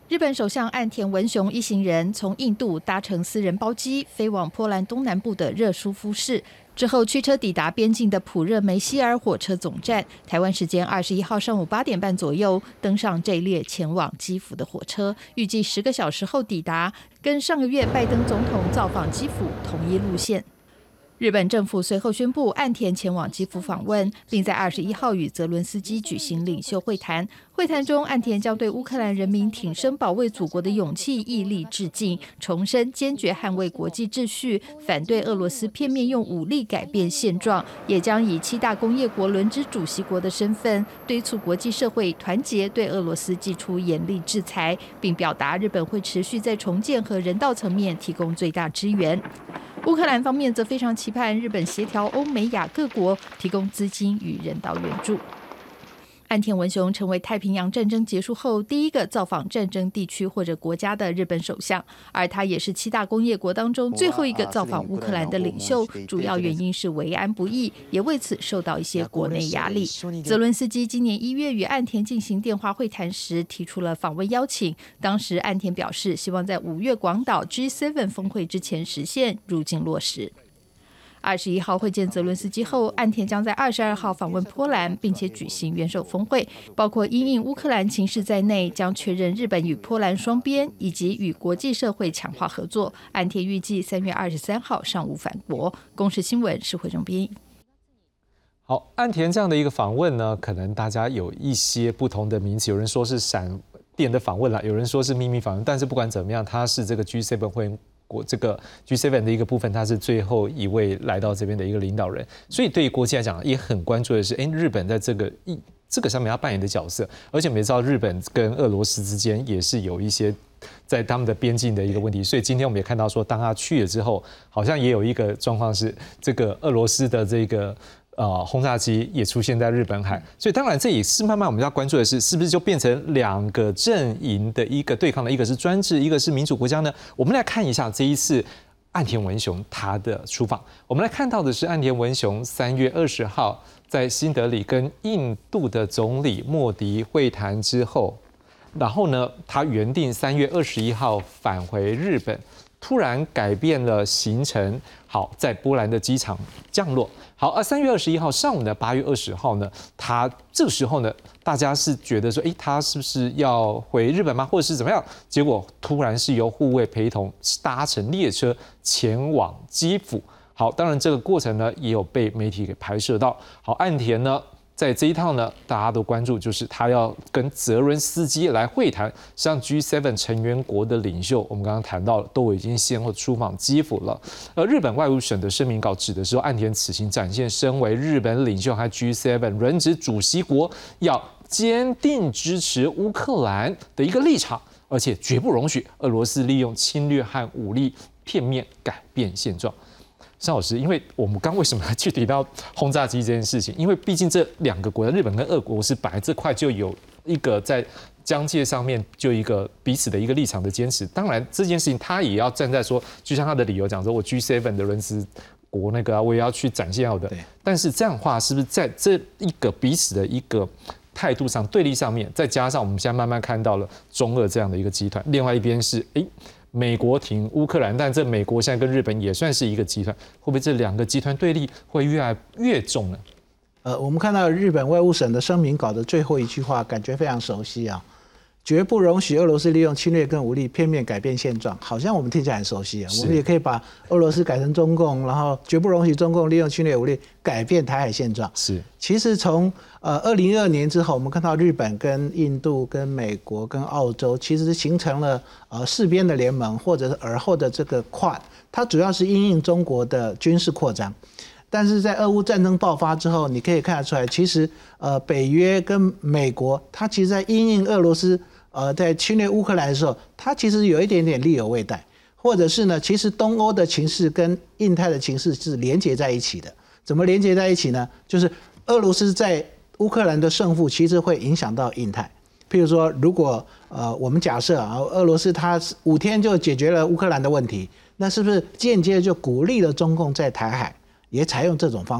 日本首相岸田文雄一行人从印度搭乘私人包机飞往波兰东南部的热舒夫市，之后驱车抵达边境的普热梅希尔火车总站。台湾时间二十一号上午八点半左右，登上这列前往基辅的火车，预计十个小时后抵达，跟上个月拜登总统造访基辅同一路线。日本政府随后宣布，岸田前往基辅访问，并在二十一号与泽伦斯基举行领袖会谈。会谈中，岸田将对乌克兰人民挺身保卫祖国的勇气毅力致敬，重申坚决捍卫国际秩序，反对俄罗斯片面用武力改变现状，也将以七大工业国轮值主席国的身份，敦促国际社会团结对俄罗斯祭出严厉制裁，并表达日本会持续在重建和人道层面提供最大支援。乌克兰方面则非常期盼日本协调欧美亚各国提供资金与人道援助。岸田文雄成为太平洋战争结束后第一个造访战争地区或者国家的日本首相，而他也是七大工业国当中最后一个造访乌克兰的领袖，主要原因是维安不易，也为此受到一些国内压力。泽伦斯基今年一月与岸田进行电话会谈时提出了访问邀请，当时岸田表示希望在五月广岛 G 七 峰会之前实现入境落实。二十一号会见泽伦斯基后，岸田将在二十二号访问波兰，并且举行元首峰会，包括因应乌克兰情势在内，将确认日本与波兰双边以及与国际社会强化合作。岸田预计三月二十三号上午返国。公视新闻是惠中编译。 好，岸田这样的一个访问呢，可能大家有一些不同的名词，有人说是闪电的访问啦，有人说是秘密访问，但是不管怎么样，他是这个 G 七 会国这个 G 七 的一个部分，他是最后一位来到这边的一个领导人，所以对于国际来讲也很关注的是，哎，日本在这个一这个上面要扮演的角色，而且我们也知道日本跟俄罗斯之间也是有一些在他们的边境的一个问题，所以今天我们也看到说，当他去了之后，好像也有一个状况是，这个俄罗斯的这个。呃，轰炸机也出现在日本海，所以当然这也是慢慢我们要关注的是，是不是就变成两个阵营的一个对抗的，一个是专制，一个是民主国家呢？我们来看一下这一次岸田文雄他的出访，我们来看到的是岸田文雄三月二十号在新德里跟印度的总理莫迪会谈之后，然后呢，他原定三月二十一号返回日本。突然改变了行程，好，在波兰的机场降落。好，而三月二十一号上午呢，八月二十号呢，他这个时候呢，大家是觉得说，哎，他是不是要回日本吗？或者是怎么样？结果突然是由护卫陪同搭乘列车前往基辅。好，当然这个过程呢，也有被媒体给拍摄到。好，岸田呢？在这一趟呢，大家都关注，就是他要跟泽伦斯基来会谈，像 G 七 成员国的领袖，我们刚刚谈到了，都已经先后出访基辅了。而日本外务省的声明稿指的是说，岸田此行展现身为日本领袖和 G 七 轮值主席国要坚定支持乌克兰的一个立场，而且绝不容许俄罗斯利用侵略和武力片面改变现状。尚老师，因为我们刚为什么去提到轰炸机这件事情？因为毕竟这两个国家，日本跟俄国是本来这块就有一个在疆界上面就一个彼此的一个立场的坚持。当然这件事情他也要站在说，就像他的理由讲说，我 G 七 的轮值国那个、啊、我也要去展现我的。但是这样的话，是不是在这一个彼此的一个态度上对立上面，再加上我们现在慢慢看到了中俄这样的一个集团，另外一边是哎。美国挺乌克兰，但这美国现在跟日本也算是一个集团，会不会这两个集团对立会越来越重呢？ 呃，我们看到日本外务省的声明稿的最后一句话，感觉非常熟悉啊，绝不容许俄罗斯利用侵略跟武力片面改变现状，好像我们听起来很熟悉啊。我们也可以把俄罗斯改成中共，然后绝不容许中共利用侵略武力改变台海现状。 是， 其实从呃二零二二年之后，我们看到日本跟印度、跟美国、跟澳洲，其实形成了呃四边的联盟，或者是而后的这个 Quad， 它主要是因应中国的军事扩张。但是在俄乌战争爆发之后，你可以看得出来，其实呃北约跟美国，它其实在因应俄罗斯呃在侵略乌克兰的时候，它其实有一点点力有未逮，或者是呢，其实东欧的情势跟印太的情势是连结在一起的。怎么连结在一起呢？就是俄罗斯在乌克兰的胜负，其实会影响到印太。譬如说，如果呃我们假设啊，俄罗斯它五天就解决了乌克兰的问题，那是不是间接就鼓励了中共在台海也采用这种方式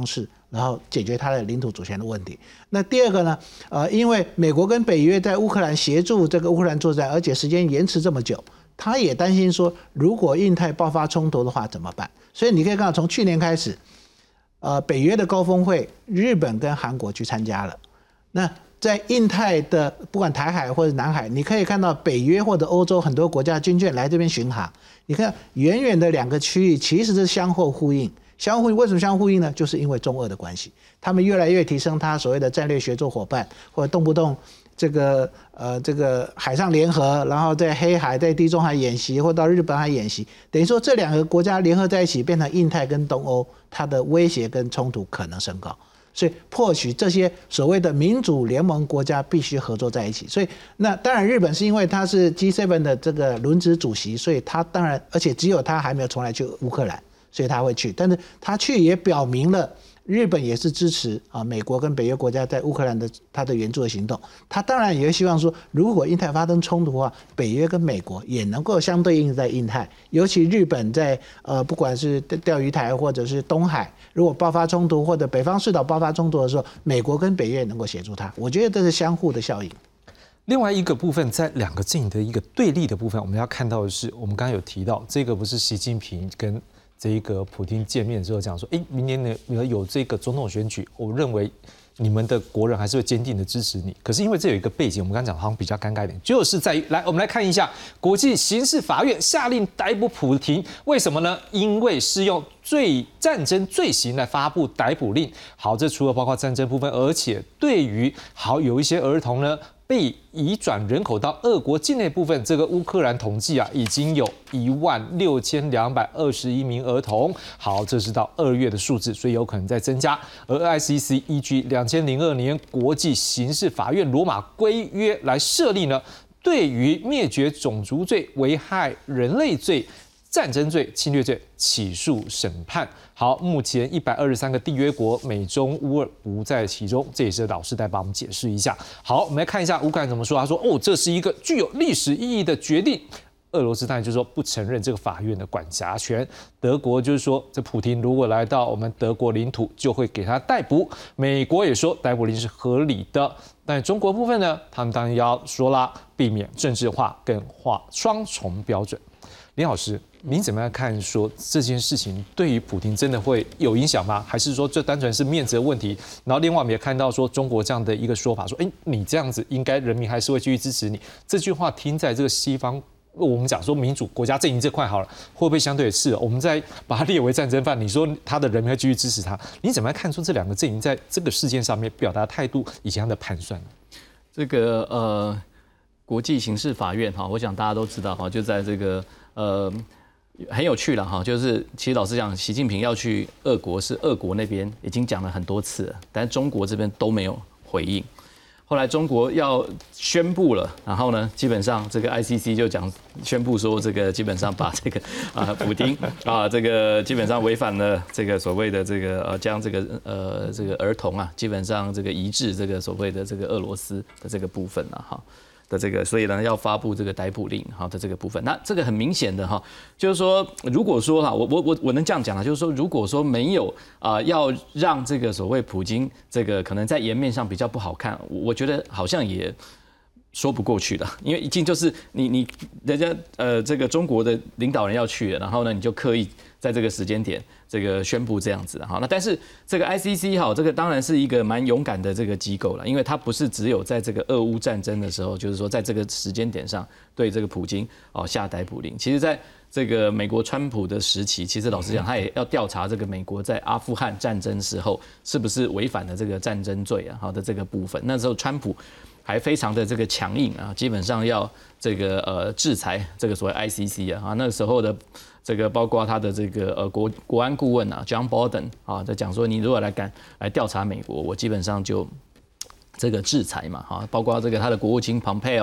然后解决它的领土主权的问题。那第二个呢，呃，因为美国跟北约在乌克兰协助这个乌克兰作战，而且时间延迟这么久，他也担心说，如果印太爆发冲突的话怎么办？所以你可以看到，从去年开始，呃，北约的高峰会，日本跟韩国去参加了。那在印太的不管台海或者南海，你可以看到北约或者欧洲很多国家军舰来这边巡航。你看远远的两个区域其实是相互呼应，相互呼应为什么相互呼应呢？就是因为中俄的关系，他们越来越提升他所谓的战略协作伙伴，或者动不动这个呃这个海上联合，然后在黑海、在地中海演习，或到日本海演习，等于说这两个国家联合在一起，变成印太跟东欧，它的威胁跟冲突可能升高。所以迫使这些所谓的民主联盟国家必须合作在一起。所以那当然日本是因为他是 G 七 的这个轮值主席，所以他当然而且只有他还没有从来去乌克兰，所以他会去。但是他去也表明了日本也是支持啊美国跟北约国家在乌克兰的他的援助的行动。他当然也会希望说，如果印太发生冲突的话，北约跟美国也能够相对应在印太，尤其日本在呃不管是钓鱼台或者是东海，如果爆发冲突或者北方四岛爆发冲突的时候，美国跟北约能够协助他。我觉得这是相互的效应。 另外一个部分，在两个阵营的一个对立的部分，我们要看到的是，我们刚刚有提到，这个不是习近平跟这一个普丁见面之后讲说，哎，明年呢有这个总统选举，我认为你们的国人还是会坚定的支持你。可是因为这有一个背景，我们刚刚讲好像比较尴尬一点，就是在于来，我们来看一下国际刑事法院下令逮捕普丁，为什么呢？因为是用罪战争罪行来发布逮捕令。好，这除了包括战争部分，而且对于好有一些儿童呢，被移转人口到俄国境内部分，这个乌克兰统计啊，已经有一万六千两百二十一名儿童。好，这是到二月的数字，所以有可能在增加。而 I C C 依据两千零二年国际刑事法院罗马规约来设立呢，对于灭绝种族罪、危害人类罪、战争罪、侵略罪起诉审判。好，目前一百二十三个缔约国，美中乌俄不在其中，这也是老师在帮我们解释一下。好，我们来看一下乌克兰怎么说。他说：“哦，这是一个具有历史意义的决定。”俄罗斯当然就是说不承认这个法院的管辖权。德国就是说，这普丁如果来到我们德国领土，就会给他逮捕。美国也说逮捕令是合理的。但中国部分呢，他们当然要说啦，避免政治化跟画双重标准。林老师，您怎么样看说这件事情对于普丁真的会有影响吗？还是说这单纯是面子的问题？然后另外我们也看到说中国这样的一个说法，说，哎，你这样子应该人民还是会继续支持你。这句话听在这个西方，我们讲说民主国家阵营这块好了，会不会相对也是？我们再把他列为战争犯，你说他的人民会继续支持他？你怎么样看出这两个阵营在这个事件上面表达态度以及他的盘算呢？ 这个呃，国际刑事法院哈，我想大家都知道哈，就在这个。呃，很有趣了哈，就是其实老实讲，习近平要去俄国，是俄国那边已经讲了很多次了，但是中国这边都没有回应。后来中国要宣布了，然后呢，基本上这个 I C C 就讲宣布说，这个基本上把这个啊普丁啊这个基本上违反了这个所谓的这个呃将这个呃这个儿童啊基本上这个移至这个所谓的这个俄罗斯的这个部分了哈。的这个，所以呢，要发布这个逮捕令哈的这个部分。那这个很明显的哈，就是说，如果说哈，我我我我能这样讲啊，就是说，如果说没有啊、呃，要让这个所谓普京这个可能在颜面上比较不好看，我觉得好像也说不过去的，因为已经就是你你人家呃这个中国的领导人要去了，然后呢，你就刻意在这个时间点这个宣布这样子哈。那但是这个 I C C 哈，这个当然是一个蛮勇敢的这个机构了，因为它不是只有在这个俄乌战争的时候，就是说在这个时间点上对这个普京哦下逮捕令。其实在这个美国川普的时期，其实老实讲，他也要调查这个美国在阿富汗战争时候是不是违反了这个战争罪啊好的这个部分。那时候川普还非常的这个强硬啊，基本上要这个呃制裁这个所谓 I C C 啊，那时候的这个包括他的这个呃国国安顾问啊 John Bolton 啊，在讲说你如果来敢来调查美国，我基本上就这个制裁嘛哈，包括这个他的国务卿 Pompeo，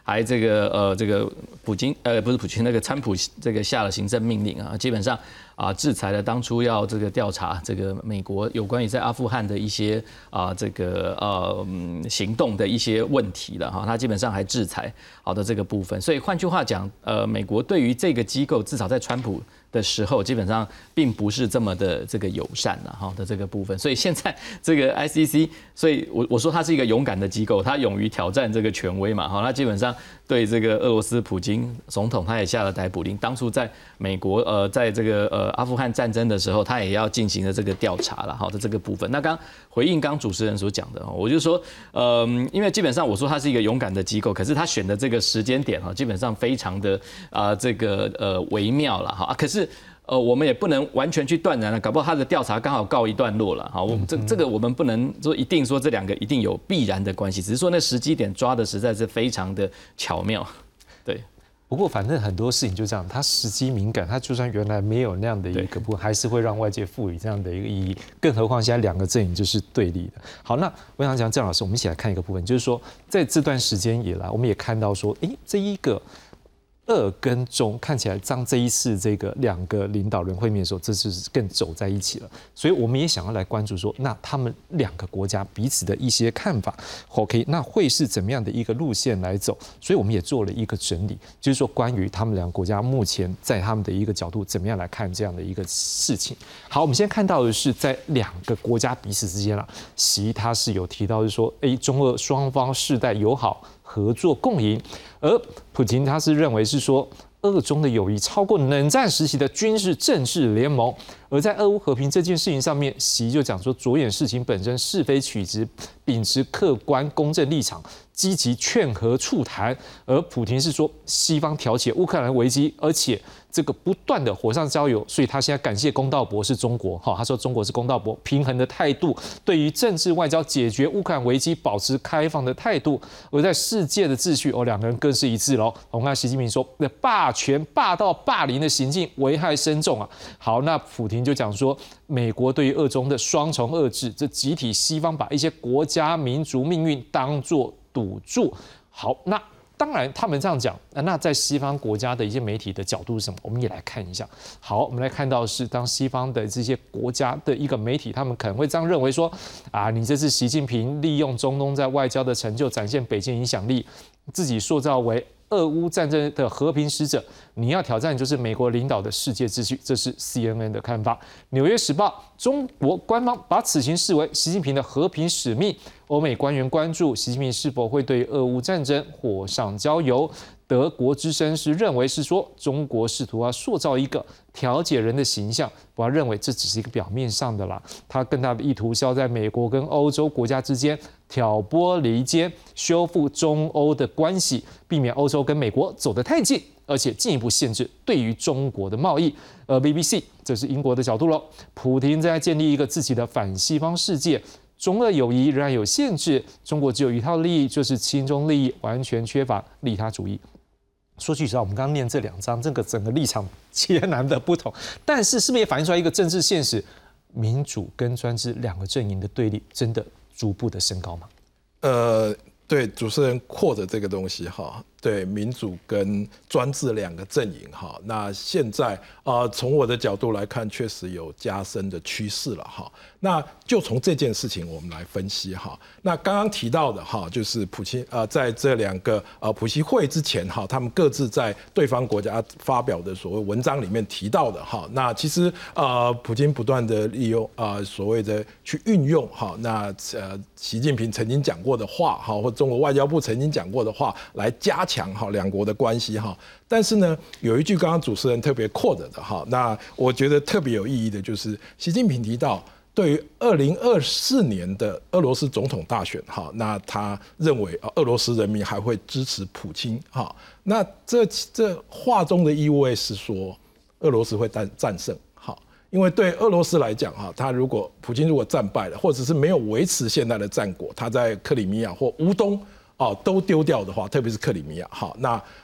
还这个呃这个普京呃不是普京那个川普这个下了行政命令啊，基本上啊制裁了当初要这个调查这个美国有关于在阿富汗的一些啊这个呃行动的一些问题了哈，他基本上还制裁好的这个部分，所以换句话讲，呃美国对于这个机构至少在川普的时候，基本上并不是这么的这个友善了哈的这个部分，所以现在这个 I C C， 所以我我说它是一个勇敢的机构，它勇于挑战这个权威嘛哈，它基本上对这个俄罗斯普京总统他也下了逮捕令，当初在美国呃在这个呃阿富汗战争的时候，他也要进行的这个调查了哈的这个部分。那刚回应刚主持人所讲的，我就说呃因为基本上我说它是一个勇敢的机构，可是他选的这个时间点哈，基本上非常的啊、呃、这个呃微妙了哈，可是。呃，我们也不能完全去断然了，搞不好他的调查刚好告一段落了，好，我这这个我们不能说一定说这两个一定有必然的关系，只是说那时机点抓的实在是非常的巧妙，对。 不过反正很多事情就这样，它时机敏感，它就算原来没有那样的一个部分，还是会让外界赋予这样的一个意义。更何况现在两个阵营就是对立的。好，那我想讲郑老师，我们一起来看一个部分，就是说在这段时间以来，我们也看到说，哎，这一个。俄跟中看起来，当这一次这个两个领导人会面的时候，这就是更走在一起了。所以我们也想要来关注说，那他们两个国家彼此的一些看法 ，OK， 那会是怎么样的一个路线来走？所以我们也做了一个整理，就是说关于他们两个国家目前在他们的一个角度怎么样来看这样的一个事情。好，我们先看到的是在两个国家彼此之间啊，习他是有提到是说，哎，中俄双方世代友好。合作共赢，而普京他是认为是说，俄中的友谊超过冷战时期的军事政治联盟。而在俄乌和平这件事情上面，习就讲说，着眼事情本身，是非曲直，秉持客观公正立场，积极劝和促谈。而普京是说，西方挑起乌克兰危机，而且这个不断的火上浇油，所以他现在感谢公道伯是中国，哈，他说中国是公道伯，平衡的态度，对于政治外交解决乌克兰危机保持开放的态度。而在世界的秩序，哦，两个人更是一致喽。我们看习近平说，那霸权、霸道、霸凌的行径危害深重啊。好，那普京就讲说，美国对于俄中的双重遏制，这集体西方把一些国家民族命运当作赌注。好，那当然他们这样讲，那在西方国家的一些媒体的角度是什么？我们也来看一下。好，我们来看到的是，当西方的这些国家的一个媒体，他们可能会这样认为说，啊，你这是习近平利用中东在外交的成就，展现北京影响力，自己塑造为俄乌战争的和平使者，你要挑战就是美国领导的世界秩序，这是 C N N 的看法。纽约时报，中国官方把此行视为习近平的和平使命。欧美官员关注习近平是否会对俄乌战争火上浇油。德国之声是认为是说，中国试图要塑造一个调解人的形象，我要认为这只是一个表面上的啦。他更大的意图是要在美国跟欧洲国家之间挑拨离间，修复中欧的关系，避免欧洲跟美国走得太近，而且进一步限制对于中国的贸易。而 B B C 这是英国的角度喽，普丁在建立一个自己的反西方世界。中俄友谊仍然有限制，中国只有一套利益，就是亲中利益，完全缺乏利他主义。说句实话，我们刚刚念这两章，这个整个立场截然的不同，但是是不是也反映出来一个政治现实？民主跟专制两个阵营的对立，真的逐步的升高吗？ 呃，对，主持人扩的这个东西哈，对民主跟专制两个阵营哈，那现在啊、呃，从我的角度来看，确实有加深的趋势了哈。那就从这件事情我们来分析哈。那刚刚提到的哈，就是普京啊、呃，在这两个呃普习会之前哈，他们各自在对方国家发表的所谓文章里面提到的哈。那其实呃，普京不断的利用啊、呃、所谓的去运用哈，那呃习近平曾经讲过的话哈，或中国外交部曾经讲过的话来加强哈两国的关系哈。但是呢，有一句刚刚主持人特别 quote 的哈，那我觉得特别有意义的就是习近平提到，对于二零二四年的俄罗斯总统大选哈，那他认为俄罗斯人民还会支持普京哈。那这这话中的意味是说，俄罗斯会战战胜哈，因为对俄罗斯来讲哈，他如果普京如果战败了，或者是没有维持现在的战果，他在克里米亚或乌东哦，都丢掉的话，特别是克里米亚，好，那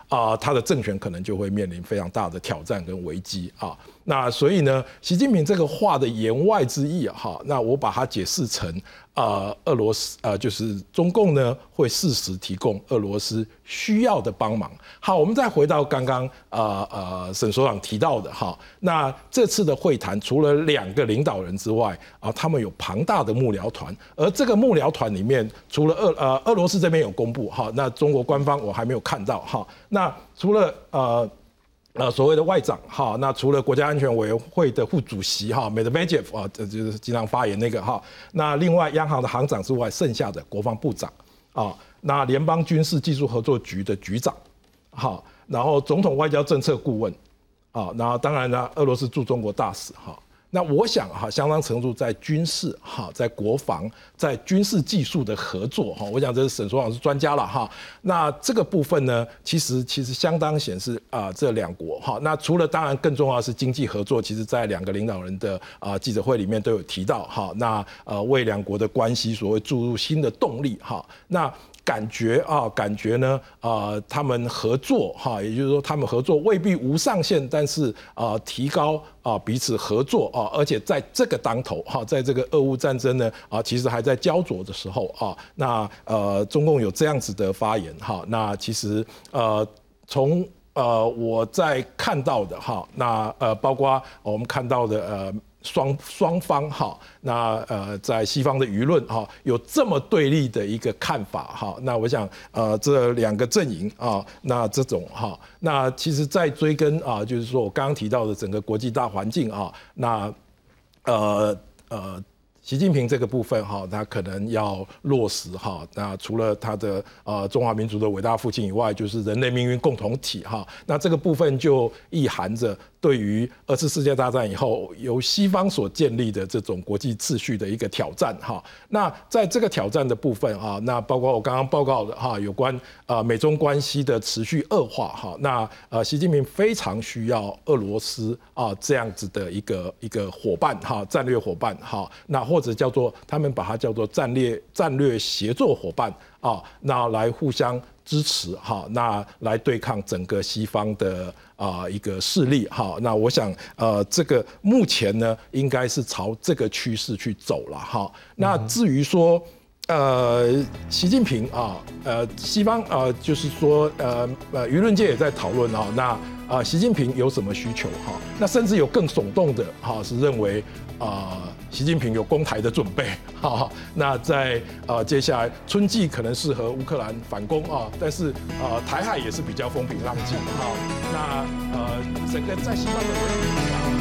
啊，他的政权可能就会面临非常大的挑战跟危机啊。那所以呢，习近平这个话的言外之意哈，那我把它解释成呃，俄罗斯呃，就是中共呢会适时提供俄罗斯需要的帮忙。好，我们再回到刚刚呃呃沈所长提到的哈，那这次的会谈除了两个领导人之外啊，他们有庞大的幕僚团，而这个幕僚团里面，除了俄呃俄罗斯这边有公布哈，那中国官方我还没有看到哈，那除了呃。呃，所谓的外长哈，那除了国家安全委员会的副主席哈 Medvedev 啊，这就是经常发言那个哈，那另外央行的行长之外，剩下的国防部长啊，那联邦军事技术合作局的局长，好，然后总统外交政策顾问啊，然后当然呢，俄罗斯驻中国大使哈。那我想哈，相当程度在军事哈，在国防、在军事技术的合作哈，我想这是沈所长是专家了哈。那这个部分呢，其实其实相当显示啊，这两国哈。那除了当然更重要的是经济合作，其实在两个领导人的啊记者会里面都有提到哈。那呃为两国的关系所谓注入新的动力哈。那感觉啊，感觉呢，呃，他们合作哈，也就是说，他们合作未必无上限，但是啊，提高啊彼此合作啊，而且在这个当头哈，在这个俄乌战争呢啊，其实还在焦灼的时候啊，那呃，中共有这样子的发言哈，那其实呃，从呃我在看到的哈，那呃，包括我们看到的呃。双双方哈，那呃，在西方的舆论哈，有这么对立的一个看法哈，那我想呃，这两个阵营啊，那这种哈，那其实在追根啊，就是说我刚刚提到的整个国际大环境啊，那呃呃。习近平这个部分哈，他可能要落实哈。那除了他的呃中华民族的伟大父亲以外，就是人类命运共同体哈。那这个部分就意含着对于二次世界大战以后由西方所建立的这种国际秩序的一个挑战哈。那在这个挑战的部分啊，那包括我刚刚报告的哈，有关呃美中关系的持续恶化哈。那呃习近平非常需要俄罗斯啊这样子的一个一个伙伴哈，战略伙伴哈。那或者叫做他们把它叫做战略战略协作伙伴啊，那来互相支持哈，那来对抗整个西方的啊一个势力哈。那我想呃这个目前呢应该是朝这个趋势去走了哈。那至于说呃习近平啊呃西方呃就是说呃呃舆论界也在讨论啊，那啊习近平有什么需求哈？那甚至有更耸动的哈是认为啊。习近平有攻台的准备，哈，那在呃接下来春季可能适合乌克兰反攻啊，但是呃台海也是比较风平浪静，哈，那呃整个在西方的。